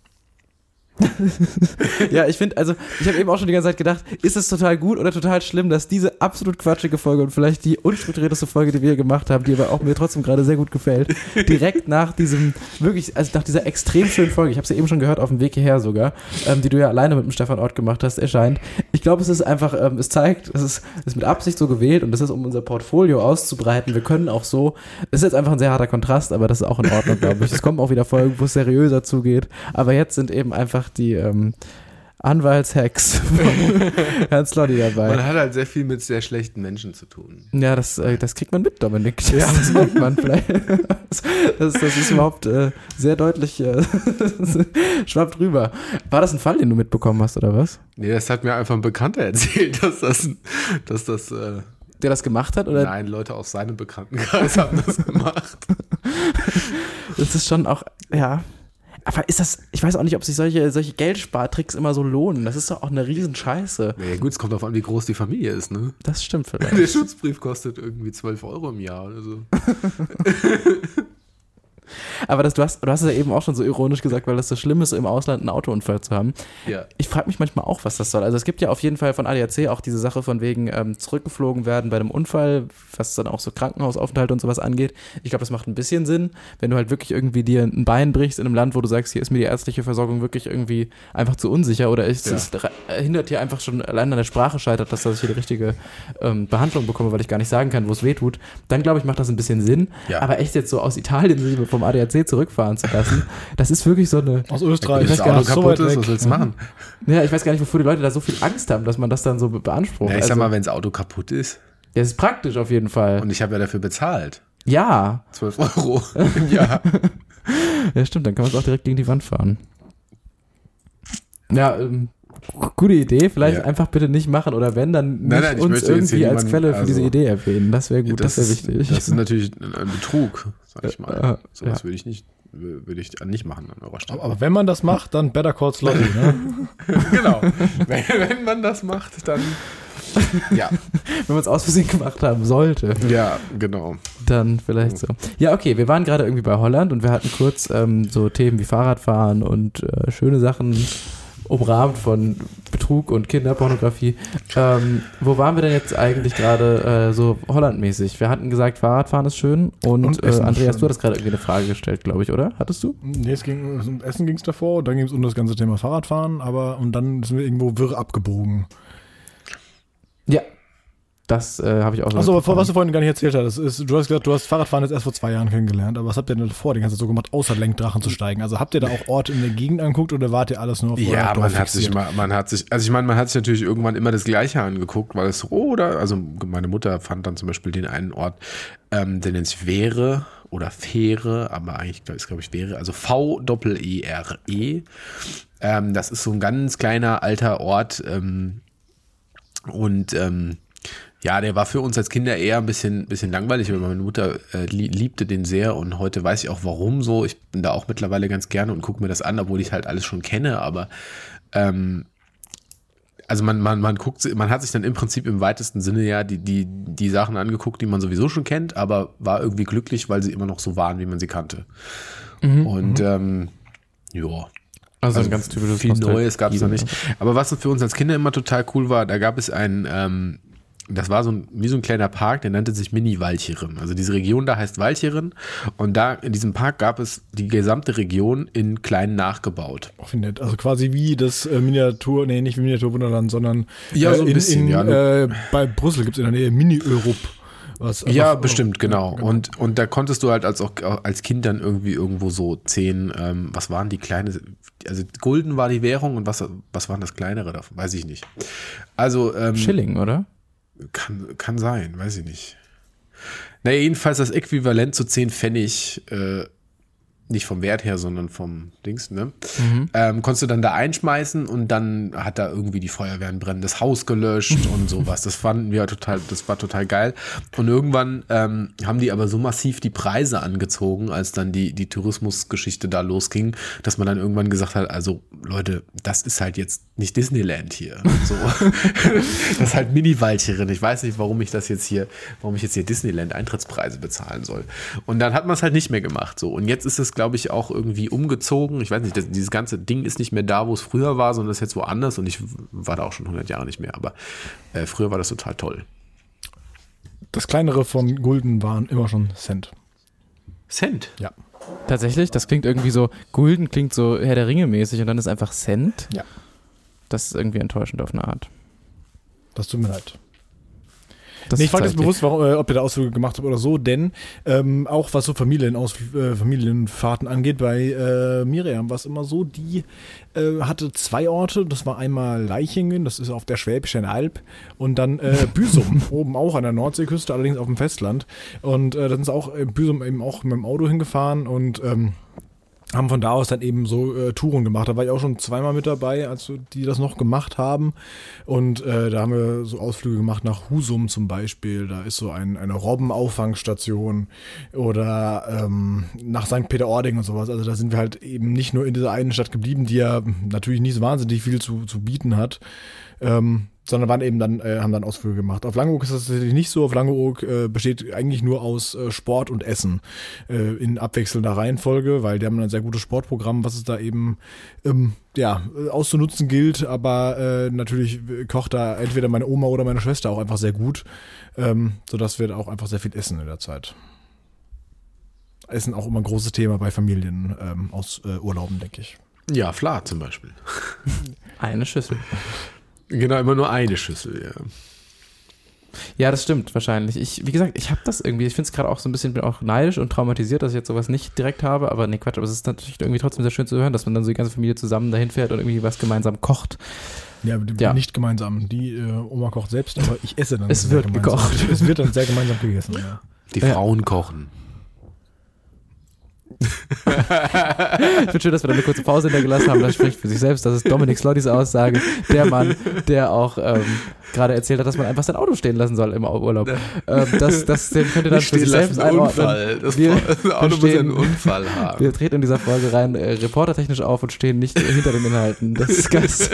Ja, ich finde, also ich habe eben auch schon die ganze Zeit gedacht, ist es total gut oder total schlimm, dass diese absolut quatschige Folge und vielleicht die unstrukturierteste Folge, die wir gemacht haben, die aber auch mir trotzdem gerade sehr gut gefällt, direkt nach diesem, wirklich, also nach dieser extrem schönen Folge, ich habe sie eben schon gehört, auf dem Weg hierher sogar, ähm, die du ja alleine mit dem Stefan Ort gemacht hast, erscheint. Ich glaube, es ist einfach, ähm, es zeigt, es ist, es ist mit Absicht so gewählt und das ist, um unser Portfolio auszubreiten. Wir können auch so, es ist jetzt einfach ein sehr harter Kontrast, aber das ist auch in Ordnung, glaube ich. Es kommen auch wieder Folgen, wo es seriöser zugeht, aber jetzt sind eben einfach die ähm, Anwaltshacks von Herrn Slotty dabei. Man hat halt sehr viel mit sehr schlechten Menschen zu tun. Ja, das, äh, das kriegt man mit, Dominik. Das, ja. das merkt man vielleicht. Das, das ist überhaupt äh, sehr deutlich äh, schwappt rüber. War das ein Fall, den du mitbekommen hast, oder was? Nee, das hat mir einfach ein Bekannter erzählt, dass das, dass das äh, der das gemacht hat? Oder? Nein, Leute aus seinem Bekanntenkreis haben das gemacht. Das ist schon auch, ja... Aber ist das, ich weiß auch nicht, ob sich solche, solche Geldspartricks immer so lohnen. Das ist doch auch eine Riesenscheiße. Ja gut, es kommt darauf an, wie groß die Familie ist, ne? Das stimmt vielleicht. Der Schutzbrief kostet irgendwie zwölf Euro im Jahr oder so. Aber das, du, hast, du hast es ja eben auch schon so ironisch gesagt, weil das so schlimm ist, im Ausland einen Autounfall zu haben. Ja. Ich frage mich manchmal auch, was das soll. Also es gibt ja auf jeden Fall von A D A C auch diese Sache von wegen ähm, zurückgeflogen werden bei einem Unfall, was dann auch so Krankenhausaufenthalte und sowas angeht. Ich glaube, das macht ein bisschen Sinn, wenn du halt wirklich irgendwie dir ein Bein brichst in einem Land, wo du sagst, hier ist mir die ärztliche Versorgung wirklich irgendwie einfach zu unsicher oder ist ja. es hindert hier einfach schon allein an der Sprache scheitert, dass ich hier die richtige ähm, Behandlung bekomme, weil ich gar nicht sagen kann, wo es weh tut. Dann glaube ich, macht das ein bisschen Sinn. Ja. Aber echt jetzt so aus Italien vom A D A C zurückfahren zu lassen, das ist wirklich so eine... Aus Österreich. Wenn das Auto kaputt ist, was willst du machen? Ja, ich weiß gar nicht, wovor die Leute da so viel Angst haben, dass man das dann so beansprucht. Ja, ich also, sag mal, wenn das Auto kaputt ist. Ja, es ist praktisch auf jeden Fall. Und ich habe ja dafür bezahlt. Ja. zwölf Euro im Jahr. Ja, stimmt, dann kann man es auch direkt gegen die Wand fahren. Ja, ähm, gute Idee, vielleicht ja. einfach bitte nicht machen oder wenn, dann nicht nein, nein, uns irgendwie als niemanden, Quelle für also, diese Idee erwähnen. Das wäre gut, das, das wäre wichtig. Das ist natürlich ein Betrug, sag ich mal. Äh, Sowas ja. würde ich nicht würde ich nicht machen an eurer Stelle. Aber wenn man das macht, dann Better Call Slotty, ne? Genau. Wenn, wenn man das macht, dann ja. Wenn man es aus Versehen gemacht haben sollte. Ja, genau. Dann vielleicht so. Ja, okay, wir waren gerade irgendwie bei Holland und wir hatten kurz ähm, so Themen wie Fahrradfahren und äh, schöne Sachen umrahmt von Betrug und Kinderpornografie. Ähm, wo waren wir denn jetzt eigentlich gerade äh, so Hollandmäßig? Wir hatten gesagt, Fahrradfahren ist schön und, und äh, Andreas, schön. Du hattest gerade irgendwie eine Frage gestellt, glaube ich, oder? Hattest du? Nee, es ging um Essen ging es davor und dann ging es um das ganze Thema Fahrradfahren, aber und dann sind wir irgendwo wirr abgebogen. Ja. Das äh, habe ich auch so. Achso, was du vorhin gar nicht erzählt hast, ist, du hast gesagt, du hast Fahrradfahren jetzt erst vor zwei Jahren kennengelernt, aber was habt ihr denn davor die ganze Zeit so gemacht, außer Lenkdrachen zu steigen? Also habt ihr da auch Orte in der Gegend angeguckt oder wart ihr alles nur auf Ja, Dorf man hat fixiert? sich mal, man hat sich, also ich meine, man hat sich natürlich irgendwann immer das Gleiche angeguckt, weil es so, oder, also meine Mutter fand dann zum Beispiel den einen Ort, ähm, der nennt sich Veere oder Fähre, aber eigentlich ist, glaube ich, Veere, also V-Doppel-E-R-E. Ähm, das ist so ein ganz kleiner alter Ort ähm, und ähm, ja, der war für uns als Kinder eher ein bisschen, bisschen langweilig, weil meine Mutter äh, liebte den sehr und heute weiß ich auch warum so. Ich bin da auch mittlerweile ganz gerne und gucke mir das an, obwohl ich halt alles schon kenne, aber ähm, also man, man, man guckt, man hat sich dann im Prinzip im weitesten Sinne ja die, die, die Sachen angeguckt, die man sowieso schon kennt, aber war irgendwie glücklich, weil sie immer noch so waren, wie man sie kannte. Mhm, und ähm, ja. Also, also ein ganz typisches viel Neues gab es noch nicht. Aber was für uns als Kinder immer total cool war, da gab es ein ähm, das war so ein, wie so ein kleiner Park, der nannte sich Mini-Walcheren. Also diese Region da heißt Walcheren und da in diesem Park gab es die gesamte Region in klein nachgebaut. Ach, wie nett. Also quasi wie das äh, Miniatur, nee, nicht wie Miniatur-Wunderland, sondern ja, so ein in, bisschen, in, ja. Äh, bei Brüssel gibt es in der Nähe Mini-Europe. Was ja, einfach, bestimmt, genau. genau. Und, und da konntest du halt als auch als Kind dann irgendwie irgendwo so zehn, ähm, was waren die kleine, also Gulden war die Währung und was, was waren das kleinere davon? Weiß ich nicht. Also ähm, Schilling, oder? Kann, kann sein, weiß ich nicht. Naja, jedenfalls das Äquivalent zu zehn Pfennig, äh, nicht vom Wert her, sondern vom Dings, ne? Mhm. Ähm, konntest du dann da einschmeißen und dann hat da irgendwie die Feuerwehr ein brennendes Haus gelöscht und sowas. Das fanden wir total, das war total geil. Und irgendwann ähm, haben die aber so massiv die Preise angezogen, als dann die, die Tourismusgeschichte da losging, dass man dann irgendwann gesagt hat, also Leute, das ist halt jetzt nicht Disneyland hier. So. Das ist halt Mini-Waldchen. Ich weiß nicht, warum ich das jetzt hier, warum ich jetzt hier Disneyland-Eintrittspreise bezahlen soll. Und dann hat man es halt nicht mehr gemacht. So. Und jetzt ist es, glaube ich, auch irgendwie umgezogen. Ich weiß nicht, das, dieses ganze Ding ist nicht mehr da, wo es früher war, sondern ist jetzt woanders. Und ich war da auch schon hundert Jahre nicht mehr. Aber äh, früher war das total toll. Das kleinere von Gulden waren immer schon Cent. Cent? Ja. Tatsächlich, das klingt irgendwie so, Gulden klingt so Herr der Ringe mäßig und dann ist einfach Cent. Ja. Das ist irgendwie enttäuschend auf eine Art. Das tut mir leid. Das nee, ich war jetzt bewusst, warum, äh, ob ihr da Ausflüge gemacht habt oder so, denn ähm, auch was so Familienaus äh, Familienfahrten angeht, bei äh, Miriam war es immer so, die äh, hatte zwei Orte, das war einmal Leichingen, das ist auf der Schwäbischen Alb, und dann äh, Büsum, oben auch an der Nordseeküste, allerdings auf dem Festland. Und äh, dann ist auch äh, Büsum eben auch mit dem Auto hingefahren und ähm, haben von da aus dann eben so äh, Touren gemacht. Da war ich auch schon zweimal mit dabei, als die das noch gemacht haben. Und äh, da haben wir so Ausflüge gemacht nach Husum zum Beispiel. Da ist so ein, eine Robbenauffangstation oder ähm, nach Sankt Peter-Ording und sowas. Also da sind wir halt eben nicht nur in dieser einen Stadt geblieben, die ja natürlich nicht so wahnsinnig viel zu, zu bieten hat, ähm, sondern waren eben dann, äh, haben dann Ausflüge gemacht. Auf Langeoog ist das tatsächlich nicht so. Auf Langeoog äh, besteht eigentlich nur aus äh, Sport und Essen äh, in abwechselnder Reihenfolge, weil die haben ein sehr gutes Sportprogramm, was es da eben ähm, ja, auszunutzen gilt. Aber äh, natürlich kocht da entweder meine Oma oder meine Schwester auch einfach sehr gut, ähm, sodass wir da auch einfach sehr viel essen in der Zeit. Essen auch immer ein großes Thema bei Familien ähm, aus äh, Urlauben, denke ich. Ja, Fla zum Beispiel. Eine Schüssel. Genau, immer nur eine Schüssel, ja. Ja, das stimmt wahrscheinlich. Ich, wie gesagt, ich habe das irgendwie, ich finde es gerade auch so ein bisschen, bin auch neidisch und traumatisiert, dass ich jetzt sowas nicht direkt habe, aber nee, Quatsch, aber es ist natürlich irgendwie trotzdem sehr schön zu hören, dass man dann so die ganze Familie zusammen dahin fährt und irgendwie was gemeinsam kocht. Ja, ja. Nicht gemeinsam. Die äh, Oma kocht selbst, aber ich esse dann. Es wird gemeinsam. gekocht. Es wird dann sehr gemeinsam gegessen, ja. Die Frauen ja. kochen. Ich finde schön, dass wir da eine kurze Pause hintergelassen haben. Das spricht für sich selbst. Das ist Dominic Slottys Aussage. Der Mann, der auch ähm, gerade erzählt hat, dass man einfach sein Auto stehen lassen soll im Urlaub. Ähm, das, das den könnt ihr dann für sich selbst einordnen. Das, wir, das Auto muss einen Unfall haben. Wir treten in dieser Folge rein äh, reportertechnisch auf und stehen nicht hinter den Inhalten. Das ist ganz...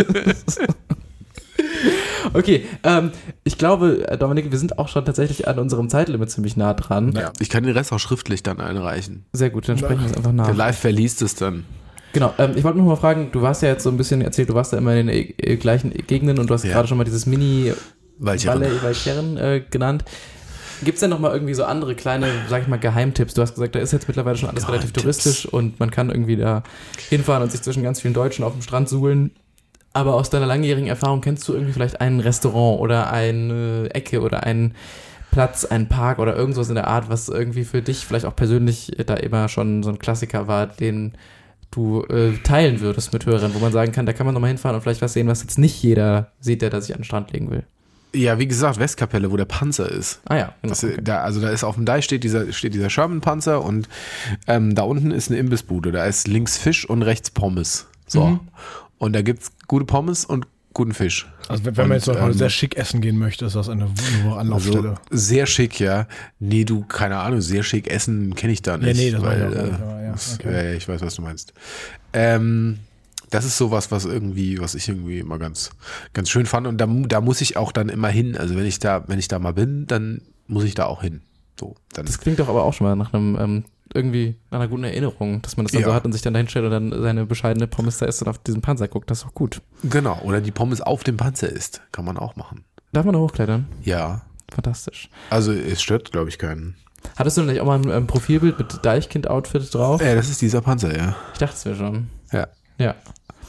Okay, ähm, ich glaube, Dominik, wir sind auch schon tatsächlich an unserem Zeitlimit ziemlich nah dran. Ja, ich kann den Rest auch schriftlich dann einreichen. Sehr gut, dann sprechen wir es einfach nach. Der Live verliest es dann. Genau, ähm, ich wollte noch mal fragen, du warst ja jetzt so ein bisschen erzählt, du warst ja immer in den äh, gleichen Gegenden und du hast ja. gerade schon mal dieses Mini-Walcheren äh, genannt. Gibt es denn noch mal irgendwie so andere kleine, sag ich mal, Geheimtipps? Du hast gesagt, da ist jetzt mittlerweile schon alles relativ touristisch und man kann irgendwie da hinfahren und sich zwischen ganz vielen Deutschen auf dem Strand suhlen. Aber aus deiner langjährigen Erfahrung kennst du irgendwie vielleicht ein Restaurant oder eine Ecke oder einen Platz, einen Park oder irgendwas in der Art, was irgendwie für dich vielleicht auch persönlich da immer schon so ein Klassiker war, den du äh, teilen würdest mit Hörern, wo man sagen kann, da kann man nochmal hinfahren und vielleicht was sehen, was jetzt nicht jeder sieht, der da sich an den Strand legen will. Ja, wie gesagt, Westkapelle, wo der Panzer ist. Ah ja, genau. Das, okay. da, also da ist auf dem Deich steht dieser, steht dieser Sherman-Panzer und ähm, da unten ist eine Imbissbude. Da ist links Fisch und rechts Pommes. So. Mhm. Und da gibt's gute Pommes und guten Fisch. Also wenn man und, jetzt noch ähm, sehr schick essen gehen möchte, ist das eine wunderbare Anlaufstelle. Also sehr schick, ja. Nee, du, keine Ahnung, sehr schick essen kenne ich da nicht. Ja, nee, das weil, war ja, äh, aber, ja, okay. ja, ich weiß, was du meinst. Ähm, das ist sowas, was irgendwie, was ich irgendwie immer ganz, ganz schön fand. Und da, da muss ich auch dann immer hin. Also wenn ich da, wenn ich da mal bin, dann muss ich da auch hin. So, dann das klingt doch aber auch schon mal nach einem ähm, irgendwie nach einer guten Erinnerung, dass man das dann ja. so hat und sich dann dahin stellt und dann seine bescheidene Pommes da isst und auf diesen Panzer guckt. Das ist doch gut. Genau, oder die Pommes auf dem Panzer isst. Kann man auch machen. Darf man da hochklettern? Ja. Fantastisch. Also es stört, glaube ich, keinen. Hattest du denn nicht auch mal ein ähm, Profilbild mit Deichkind-Outfit drauf? Ja, das ist dieser Panzer, ja. Ich dachte es mir schon. Ja. Ja.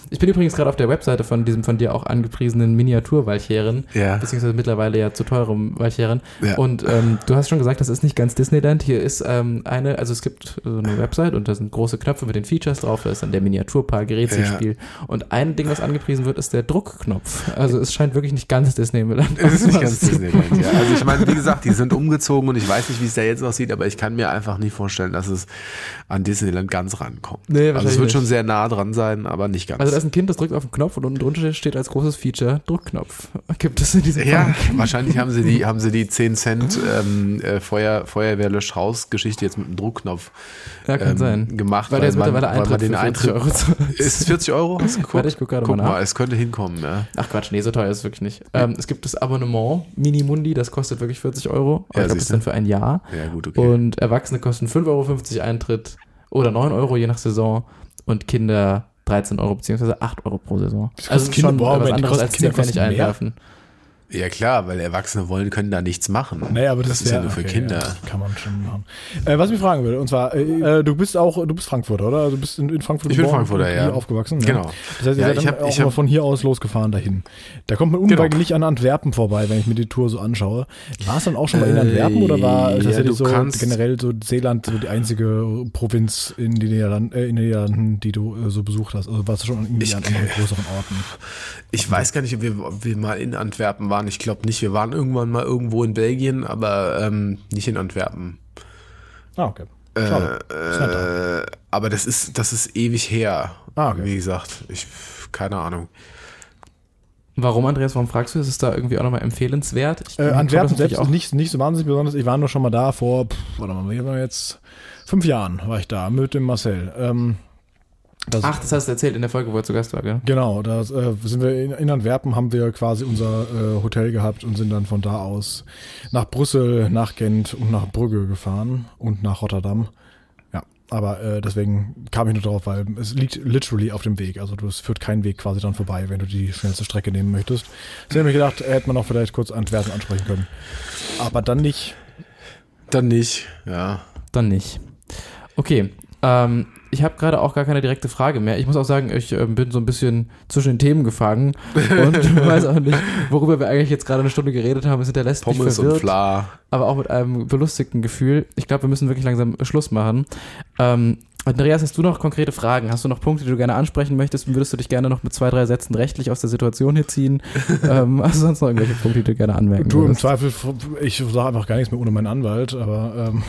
Ich bin übrigens gerade auf der Webseite von diesem von dir auch angepriesenen Miniatur-Walcheren, Ja. beziehungsweise mittlerweile ja zu teurem Walcheren. Ja. Und ähm, du hast schon gesagt, das ist nicht ganz Disneyland. Hier ist ähm, eine, also es gibt so eine Website und da sind große Knöpfe mit den Features drauf. Da ist dann der Miniaturpark, Rätselspiel. Ja. Und ein Ding, was angepriesen wird, ist der Druckknopf. Also es scheint wirklich nicht ganz Disneyland. Es ist nicht ganz Disneyland, ja. Also ich meine, wie gesagt, die sind umgezogen und ich weiß nicht, wie es da jetzt aussieht, aber ich kann mir einfach nicht vorstellen, dass es an Disneyland ganz rankommt. Nee, also es wird nicht. schon sehr nah dran sein, aber nicht ganz. Also da ist ein Kind, das drückt auf den Knopf und unten drunter steht als großes Feature Druckknopf. Gibt es in diesem Ja, Park? wahrscheinlich haben sie die, haben sie die zehn Cent ähm, äh, Feuer, Feuerwehr-Lösch-Raus-Geschichte jetzt mit einem Druckknopf Ja, kann ähm, sein. gemacht, Weil der jetzt man, mittlerweile weil man Eintritt den für Eintritt. vierzig Euro zu- Ist es vierzig Euro? Hast du geguckt? Warte, ich guck gerade Guck mal mal, nach. es könnte hinkommen, ja. Ach Quatsch, nee, so teuer ist es wirklich nicht. Ähm, es gibt das Abonnement Minimundi, das kostet wirklich vierzig Euro. Aber Ja, ich glaube, das siehst ist du. dann für ein Jahr. Ja, gut, okay. Und Erwachsene kosten fünf Euro fünfzig Eintritt oder neun Euro je nach Saison und Kinder dreizehn Euro beziehungsweise acht Euro pro Saison. Das Also kostet Kinder- schon boah, was Moment, die anderes kosten- als Kinder zehn Pfennig kosten mehr? einwerfen. Ja klar, weil Erwachsene wollen, können da nichts machen. Naja, aber das, das ist ja wär- nur für okay, Kinder. Ja, kann man schon machen. Äh, was ich mich fragen will, und zwar, äh, du bist auch, du bist Frankfurter, oder? Du bist in, in Frankfurt Ich bin geboren, Frankfurter, hier ja. aufgewachsen. Genau. Ja. Das heißt, ihr Ja, seid ich dann hab- auch ich immer hab- von hier aus losgefahren dahin. Da kommt man Genau. unweigerlich an Antwerpen vorbei, wenn ich mir die Tour so anschaue. War es dann auch schon mal in Äh, Antwerpen oder war ja, tatsächlich du so kannst- generell so Seeland so die einzige Provinz in den Niederlanden, äh, in den Niederlanden, die du äh, so besucht hast? Also warst du schon irgendwie Ich- an anderen größeren Orten? Ich weiß gar nicht, ob wir, ob wir mal in Antwerpen waren. Ich glaube nicht. Wir waren irgendwann mal irgendwo in Belgien, aber ähm, nicht in Antwerpen. Ah, okay. Schade. Ist nett da. Äh, aber das ist, das ist ewig her. Ah, okay. Wie gesagt, ich keine Ahnung. Warum, Andreas, warum fragst du? Ist es da irgendwie auch nochmal empfehlenswert? Ich, Äh, mir kommt Antwerpen das natürlich selbst ist nicht, nicht so wahnsinnig besonders. Ich war nur schon mal da vor, pff, warte mal, wir waren jetzt fünf Jahren war ich da mit dem Marcel. Ähm, das, Ach, das hast du erzählt in der Folge, wo er zu Gast war, gell? Genau, da äh, sind wir in, in Antwerpen, haben wir quasi unser äh, Hotel gehabt und sind dann von da aus nach Brüssel, nach Gent und nach Brügge gefahren und nach Rotterdam. Ja, aber äh, deswegen kam ich nur drauf, weil es liegt literally auf dem Weg. Also du, es führt kein Weg quasi dann vorbei, wenn du die schnellste Strecke nehmen möchtest. Deswegen habe ich gedacht, äh, hätte man auch vielleicht kurz Antwerpen ansprechen können. Aber dann nicht. Dann nicht, ja. Dann nicht. Okay, ähm, ich habe gerade auch gar keine direkte Frage mehr. Ich muss auch sagen, ich äh, bin so ein bisschen zwischen den Themen gefangen und weiß auch nicht, worüber wir eigentlich jetzt gerade eine Stunde geredet haben. Es hinterlässt mich Pommes und verwirrt, Fla. aber auch mit einem belustigten Gefühl. Ich glaube, wir müssen wirklich langsam Schluss machen. Ähm, Andreas, hast du noch konkrete Fragen? Hast du noch Punkte, die du gerne ansprechen möchtest? Würdest du dich gerne noch mit zwei, drei Sätzen rechtlich aus der Situation hier ziehen? ähm, hast du sonst noch irgendwelche Punkte, die du gerne anmerken Du, im würdest? Zweifel, ich sage einfach gar nichts mehr ohne meinen Anwalt, aber ähm,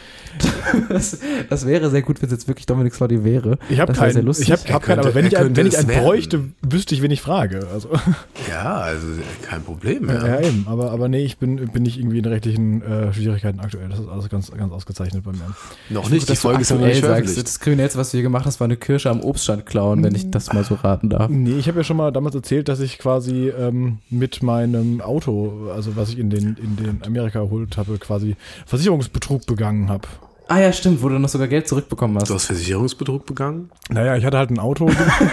Das, das wäre sehr gut, wenn es jetzt wirklich Dominik Slotty wäre. ich habe Das wäre sehr keinen, lustig. ich habe Er hab keinen, aber könnte- wenn er ich, einen, könnte wenn ich es einen werden. bräuchte, wüsste ich, wen ich frage. Also, Ja, also kein Problem. ja. Ja. eben, aber, aber nee, ich bin, bin nicht irgendwie in rechtlichen äh, Schwierigkeiten aktuell. Das ist alles ganz, ganz ausgezeichnet bei mir. Noch Gut, nicht, die dass du Folge ist noch aktuell nicht sagst. veröffentlicht. Das Kriminellste, was du hier gemacht hast, war eine Kirsche am Obststand klauen, wenn ich das mal so raten darf. Nee, ich habe ja schon mal damals erzählt, dass ich quasi ähm, mit meinem Auto, also was ich in den, in den Amerika geholt habe, quasi Versicherungsbetrug begangen habe. Ah ja, stimmt, wo du noch sogar Geld zurückbekommen hast. Du hast Versicherungsbetrug begangen? Naja, ich hatte halt ein Auto.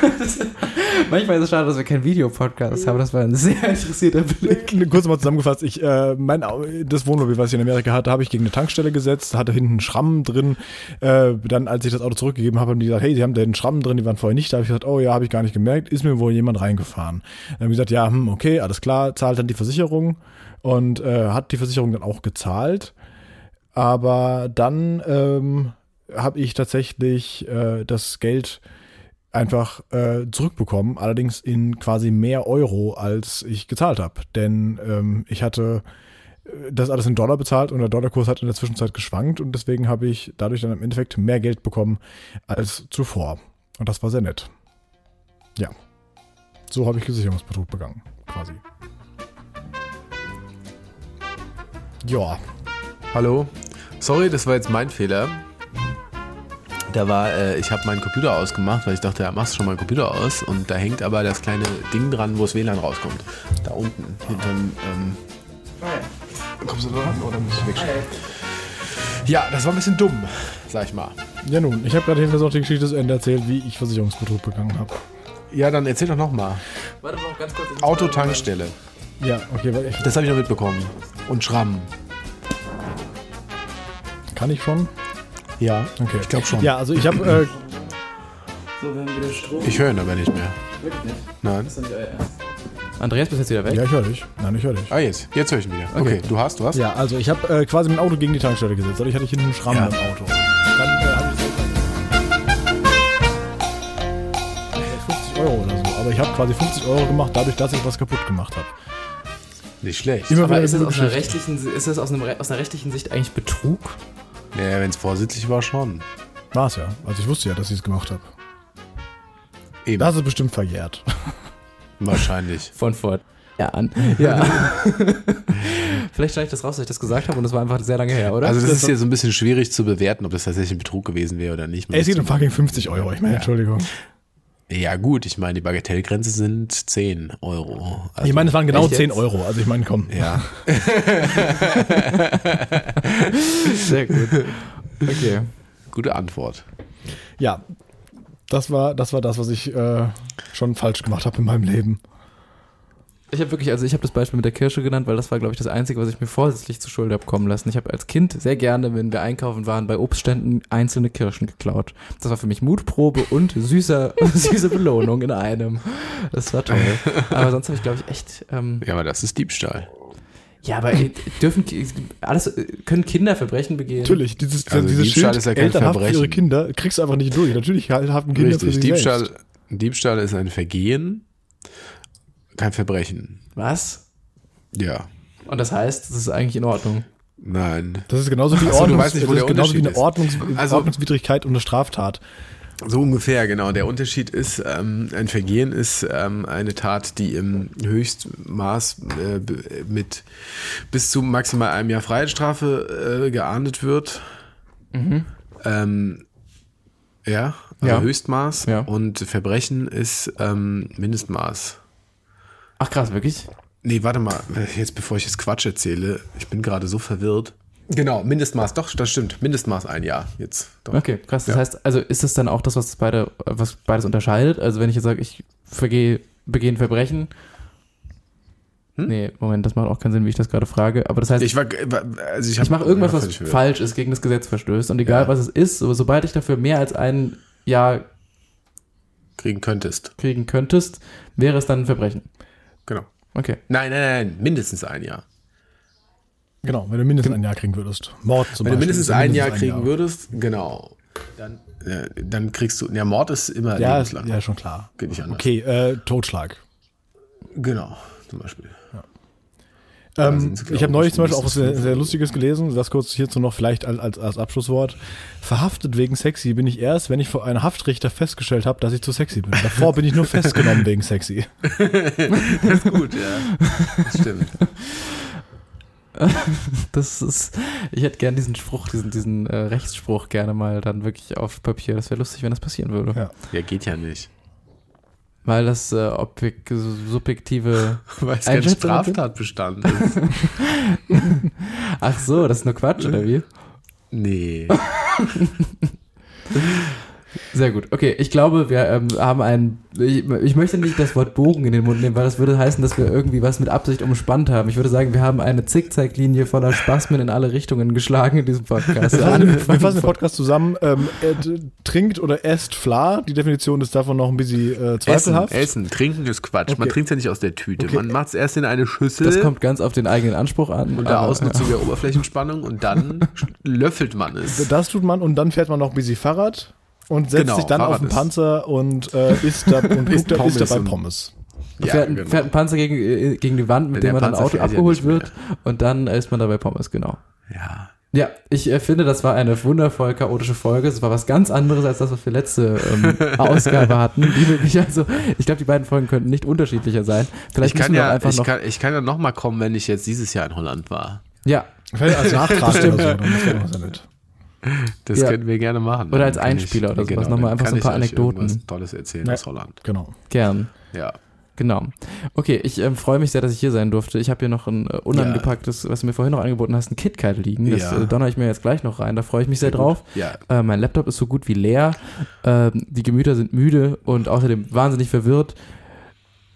Manchmal ist es schade, dass wir keinen Videopodcast haben. Das war ein sehr interessierter Blick. Kurz mal zusammengefasst, ich, äh, mein, Au- das Wohnmobil, was ich in Amerika hatte, habe ich gegen eine Tankstelle gesetzt, hatte hinten einen Schramm drin. Äh, dann, als ich das Auto zurückgegeben habe, haben die gesagt, hey, sie haben da einen Schramm drin, die waren vorher nicht da. Habe ich gesagt, oh ja, habe ich gar nicht gemerkt, ist mir wohl jemand reingefahren. Dann haben die gesagt, ja, hm, okay, alles klar, zahlt dann die Versicherung und äh, hat die Versicherung dann auch gezahlt. Aber dann ähm, habe ich tatsächlich äh, das Geld einfach äh, zurückbekommen, allerdings in quasi mehr Euro, als ich gezahlt habe. Denn ähm, ich hatte äh, das alles in Dollar bezahlt und der Dollarkurs hat in der Zwischenzeit geschwankt und deswegen habe ich dadurch dann im Endeffekt mehr Geld bekommen als zuvor. Und das war sehr nett. Ja. So habe ich Versicherungsbetrug begangen, quasi. Ja. Hallo? Sorry, das war jetzt mein Fehler. Da war, äh, ich habe meinen Computer ausgemacht, weil ich dachte, ja, machst schon mal den Computer aus. Und da hängt aber das kleine Ding dran, wo das W L A N rauskommt. Da unten, hinterm, ähm, kommst du da ran oder muss ich wegschauen? Ja, das war ein bisschen dumm, sag ich mal. Ja nun, ich habe gerade jedenfalls auch die Geschichte zu Ende erzählt, wie ich Versicherungsbetrug begangen habe. Ja, dann erzähl doch nochmal. Warte noch ganz kurz. Autotankstelle. Ja, okay, weil ich, Das habe ich noch mitbekommen. Und Schramm. kann ich schon? Ja, Okay. ich glaube schon. Ja, also ich habe äh, So, wir haben wieder Strom. Ich höre ihn aber nicht mehr. Wirklich nicht? Nein. Das ist doch nicht euer Ernst. Andreas, bist du jetzt wieder weg? Ja, ich höre dich. Nein, ich höre dich. Ah, jetzt. Jetzt höre ich ihn wieder. Okay, Okay. du hast, du hast? Ja, also ich habe äh, quasi mein Auto gegen die Tankstelle gesetzt. Dadurch hatte ich hinten einen Schramm Ja. im Auto. Dann äh, habe ich fünfzig Euro oder so. Aber ich habe quasi fünfzig Euro gemacht, dadurch, dass ich was kaputt gemacht habe. Nicht schlecht. Immer Aber wieder ist das, eine aus einer Geschichte. rechtlichen, ist das aus, einem, aus einer rechtlichen Sicht eigentlich Betrug? Ja, wenn es vorsätzlich war, schon. War es ja. Also ich wusste ja, dass ich es gemacht habe. Eben. Das ist bestimmt verjährt. Wahrscheinlich. Von vor Jahren. Ja. Vielleicht schneide ich das raus, dass ich das gesagt habe und das war einfach sehr lange her, oder? Also das ist ja so ein bisschen schwierig zu bewerten, ob das tatsächlich ein Betrug gewesen wäre oder nicht. Ey, es geht um fucking fünfzig Euro. Ich meine, Ja. Entschuldigung. Ja gut, ich meine, die Bagatellgrenze sind zehn Euro. Also, Ich meine, es waren genau Echt zehn jetzt? Euro. Also ich meine, komm. ja. sehr gut. Okay. Gute Antwort. Ja, das war das, war das was ich äh, schon falsch gemacht habe in meinem Leben. Ich habe wirklich, also ich habe das Beispiel mit der Kirsche genannt, weil das war, glaube ich, das Einzige, was ich mir vorsätzlich zu Schulde habe kommen lassen. Ich habe als Kind sehr gerne, wenn wir einkaufen waren, bei Obstständen einzelne Kirschen geklaut. Das war für mich Mutprobe und süßer, süße Belohnung in einem. Das war toll. Aber sonst habe ich, glaube ich, echt... Ähm, Ja, aber das ist Diebstahl. ja, aber äh, dürfen alles äh, können Kinder Verbrechen begehen? Natürlich, dieses, Also dieses Diebstahl Schild, ist ja kein Eltern haften für ihre Verbrechen. Kinder, kriegst du einfach nicht durch. Natürlich haften Kinder für Richtig, sich Diebstahl, selbst. Diebstahl ist ein Vergehen, kein Verbrechen. Was? Ja, Und das heißt, das ist eigentlich in Ordnung. nein. Das ist genauso wie, Ach so, du Ordnungs, weißt nicht, wo das ist der genauso wie eine Unterschied Ordnungs, Also- Ordnungswidrigkeit und eine Straftat. So ungefähr, genau. Der Unterschied ist, ähm, ein Vergehen ist ähm, eine Tat, die im Höchstmaß äh, b- mit bis zu maximal einem Jahr Freiheitsstrafe äh, geahndet wird. Mhm. Ähm, ja, also Ja. Höchstmaß. Ja. Und Verbrechen ist ähm, Mindestmaß. Ach krass, wirklich? Nee, warte mal, jetzt bevor ich jetzt Quatsch erzähle, ich bin gerade so verwirrt. Genau, Mindestmaß, doch, das stimmt. Mindestmaß ein Jahr jetzt. Doch. Okay, krass. Das Ja. heißt, also ist das dann auch das, was beide, was beides unterscheidet? Also wenn ich jetzt sage, ich vergehe, begehe ein Verbrechen. Hm? Nee, Moment, das macht auch keinen Sinn, wie ich das gerade frage. Aber das heißt, Ich ich, war, also ich, hab- mache irgendwas, ja, was völlig verwirrt. falsch ist, gegen das Gesetz verstößt. Und egal, Ja. was es ist, so, sobald ich dafür mehr als ein Jahr kriegen könntest. kriegen könntest, wäre es dann ein Verbrechen. Genau. Okay. Nein, nein, nein, mindestens ein Jahr. Genau, wenn du mindestens ein Jahr kriegen würdest. Mord zum Wenn du Beispiel. mindestens ist ja ein Jahr mindestens kriegen würdest, genau, dann, äh, dann kriegst du, ja, Mord ist immer Ja, ist, lebenslang. ja, schon klar. Geht nicht anders. Okay, äh, Totschlag. Genau, zum Beispiel. Ähm, sind sie, glaub ich habe ich, neulich zum Beispiel auch was mindestens sehr, sehr Lustiges gelesen, das kurz hierzu noch vielleicht als, als, als Abschlusswort. Verhaftet wegen sexy bin ich erst, wenn ich vor einem Haftrichter festgestellt habe, dass ich zu sexy bin. Davor bin ich nur festgenommen wegen sexy. Das ist gut, ja. Das stimmt. Das ist, ich hätte gern diesen Spruch, diesen, diesen äh, Rechtsspruch gerne mal dann wirklich auf Papier. Das wäre lustig, wenn das passieren würde. Ja. Ja, geht ja nicht. Weil das äh, objek subjektive Weil es kein Einschätzungen Straftatbestand ist. Ach so, das ist nur Quatsch, oder wie? Nee. Sehr gut. Okay, ich glaube, wir ähm, haben einen. Ich, ich möchte nicht das Wort Bogen in den Mund nehmen, weil das würde heißen, dass wir irgendwie was mit Absicht umspannt haben. Ich würde sagen, wir haben eine Zickzacklinie voller Spasmen in alle Richtungen geschlagen in diesem Podcast. Wir fassen, wir fassen den Podcast zusammen. Ähm, äh, trinkt oder esst Fla. Die Definition ist davon noch ein bisschen äh, Essen, zweifelhaft. Essen, trinken ist Quatsch. Man Okay. trinkt ja nicht aus der Tüte. Okay. Man macht es erst in eine Schüssel Das kommt ganz auf den eigenen Anspruch an. unter aber, Ausnutzung der Oberflächenspannung und dann löffelt man es. Das tut man und dann fährt man noch ein bisschen Fahrrad und setzt Genau, sich dann Fahrrad auf den ist- Panzer und äh, isst, da, und Isst guckt, da- isst Pommes dabei und- Pommes. Ja, Ja, fährt, ein- genau. fährt ein Panzer gegen, äh, gegen die Wand, mit Wenn dem der man dann Panzer Auto fährt ja abgeholt nicht mehr. wird und dann isst man dabei Pommes, genau. Ja. Ja, ich äh, finde, das war eine wundervoll chaotische Folge. Es war was ganz anderes als das, was wir letzte ähm, Ausgabe hatten. Die wirklich also, ich glaube, die beiden Folgen könnten nicht unterschiedlicher sein. Vielleicht Ich kann, müssen wir auch ja, einfach ich, noch. kann, ich kann ja noch mal kommen, wenn ich jetzt dieses Jahr in Holland war. Ja, Vielleicht als Nachtrag oder so. Dann ist ja noch sehr nett. Das Ja. können wir gerne machen. Oder als Dann kann Einspieler ich, oder sowas. genau, Nochmal dann einfach kann so ein ich paar euch Anekdoten. irgendwas Tolles erzählen Ja. aus Holland. Genau. gern. Ja. Genau. Okay, ich ähm, freue mich sehr, dass ich hier sein durfte. Ich habe hier noch ein äh, unangepacktes, was du mir vorhin noch angeboten hast, ein KitKat liegen. Das Ja. äh, donner ich mir jetzt gleich noch rein. Da freue ich mich sehr, Sehr drauf. gut. Ja. Äh, mein Laptop ist so gut wie leer. Ähm, die Gemüter sind müde und außerdem wahnsinnig verwirrt.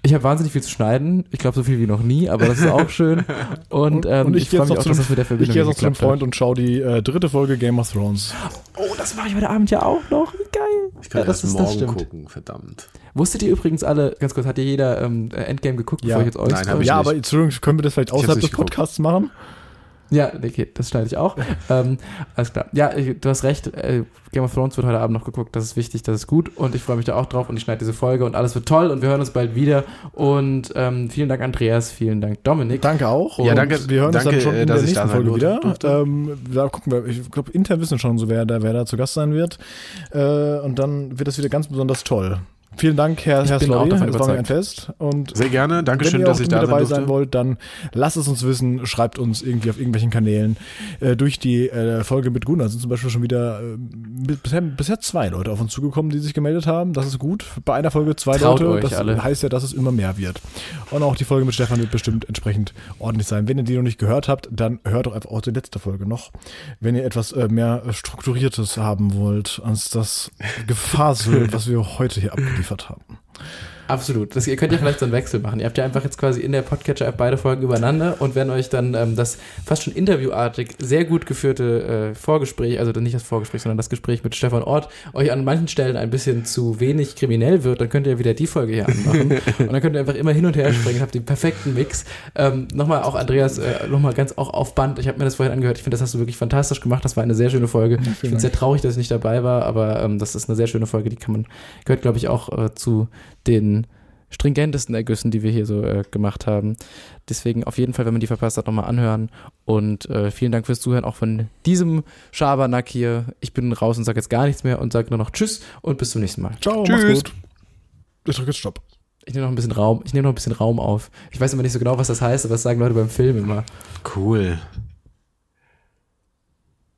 Ich habe wahnsinnig viel zu schneiden. Ich glaube, so viel wie noch nie, aber das ist auch schön. Und, ähm, und ich, ich freue mich auch, dass das mit der Verbindung Ich gehe jetzt noch zu einem Freund hat. und schaue die äh, dritte Folge Game of Thrones. Oh, das mache ich heute Abend ja auch noch. Wie geil. Ich kann ja, das erst ist, morgen das stimmt. gucken, verdammt. Wusstet ihr übrigens alle, ganz kurz, hat ihr jeder ähm, Endgame geguckt, Ja. bevor ich jetzt euch Nein, hab ich Ja, nicht. aber Entschuldigung, können wir das vielleicht außerhalb des nicht geguckt. Podcasts machen? Ja, okay, das schneide ich auch. ähm, alles klar. Ja, ich- du hast recht, äh, Game of Thrones wird heute Abend noch geguckt, das ist wichtig, das ist gut und ich freue mich da auch drauf und ich schneide diese Folge und alles wird toll und wir hören uns bald wieder und ähm, vielen Dank Andreas, vielen Dank Dominik. Danke auch. Ja, Und danke- wir hören danke, uns dann schon äh, in dass der ich da nächsten sein Folge wieder. durfte. Ähm, da gucken wir, ich glaube, intern wissen schon so, wer da, wer da zu Gast sein wird. Äh, und dann wird das wieder ganz besonders toll. Vielen Dank, Herr, Ich Herr bin auch Slotty. davon Es war mir ein überzeugt. Fest. Und Sehr gerne, danke wenn schön, ihr dass auch ich mit da dabei sein sein durfte. wollt, dann lasst es uns wissen, schreibt uns irgendwie auf irgendwelchen Kanälen. Äh, durch die äh, Folge mit Gunnar sind zum Beispiel schon wieder äh, bisher, bisher zwei Leute auf uns zugekommen, die sich gemeldet haben. Das ist gut. Bei einer Folge zwei Traut Leute. euch Das alle. heißt ja, dass es immer mehr wird. Und auch die Folge mit Stefan wird bestimmt entsprechend ordentlich sein. Wenn ihr die noch nicht gehört habt, dann hört doch einfach auch die letzte Folge noch. Wenn ihr etwas äh, mehr Strukturiertes haben wollt, als das Gefasel, was wir heute hier abgeliefert haben. Absolut. Das, ihr könnt ja vielleicht so einen Wechsel machen. Ihr habt ja einfach jetzt quasi in der Podcatcher-App beide Folgen übereinander und wenn euch dann ähm, das fast schon interviewartig sehr gut geführte äh, Vorgespräch, also nicht das Vorgespräch, sondern das Gespräch mit Stefan Ort, euch an manchen Stellen ein bisschen zu wenig kriminell wird, dann könnt ihr wieder die Folge hier anmachen und dann könnt ihr einfach immer hin und her springen, habt den perfekten Mix. Ähm, nochmal auch Andreas, äh, nochmal ganz auch auf Band. Ich habe mir das vorhin angehört. Ich finde, das hast du wirklich fantastisch gemacht. Das war eine sehr schöne Folge. Ich finde es sehr traurig, dass ich nicht dabei war, aber ähm, das ist eine sehr schöne Folge. Die kann man, gehört glaube ich auch äh, zu den stringentesten Ergüssen, die wir hier so äh, gemacht haben. Deswegen auf jeden Fall, wenn man die verpasst hat, nochmal anhören. Und äh, vielen Dank fürs Zuhören auch von diesem Schabernack hier. Ich bin raus und sage jetzt gar nichts mehr und sage nur noch Tschüss und bis zum nächsten Mal. Ciao, Tschüss. mach's gut. Ich drücke jetzt Stopp. Ich nehme noch ein bisschen Raum. Ich nehme noch ein bisschen Raum auf. Ich weiß immer nicht so genau, was das heißt, aber das sagen Leute beim Film immer. Cool.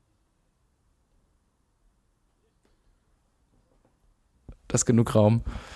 Das ist genug Raum.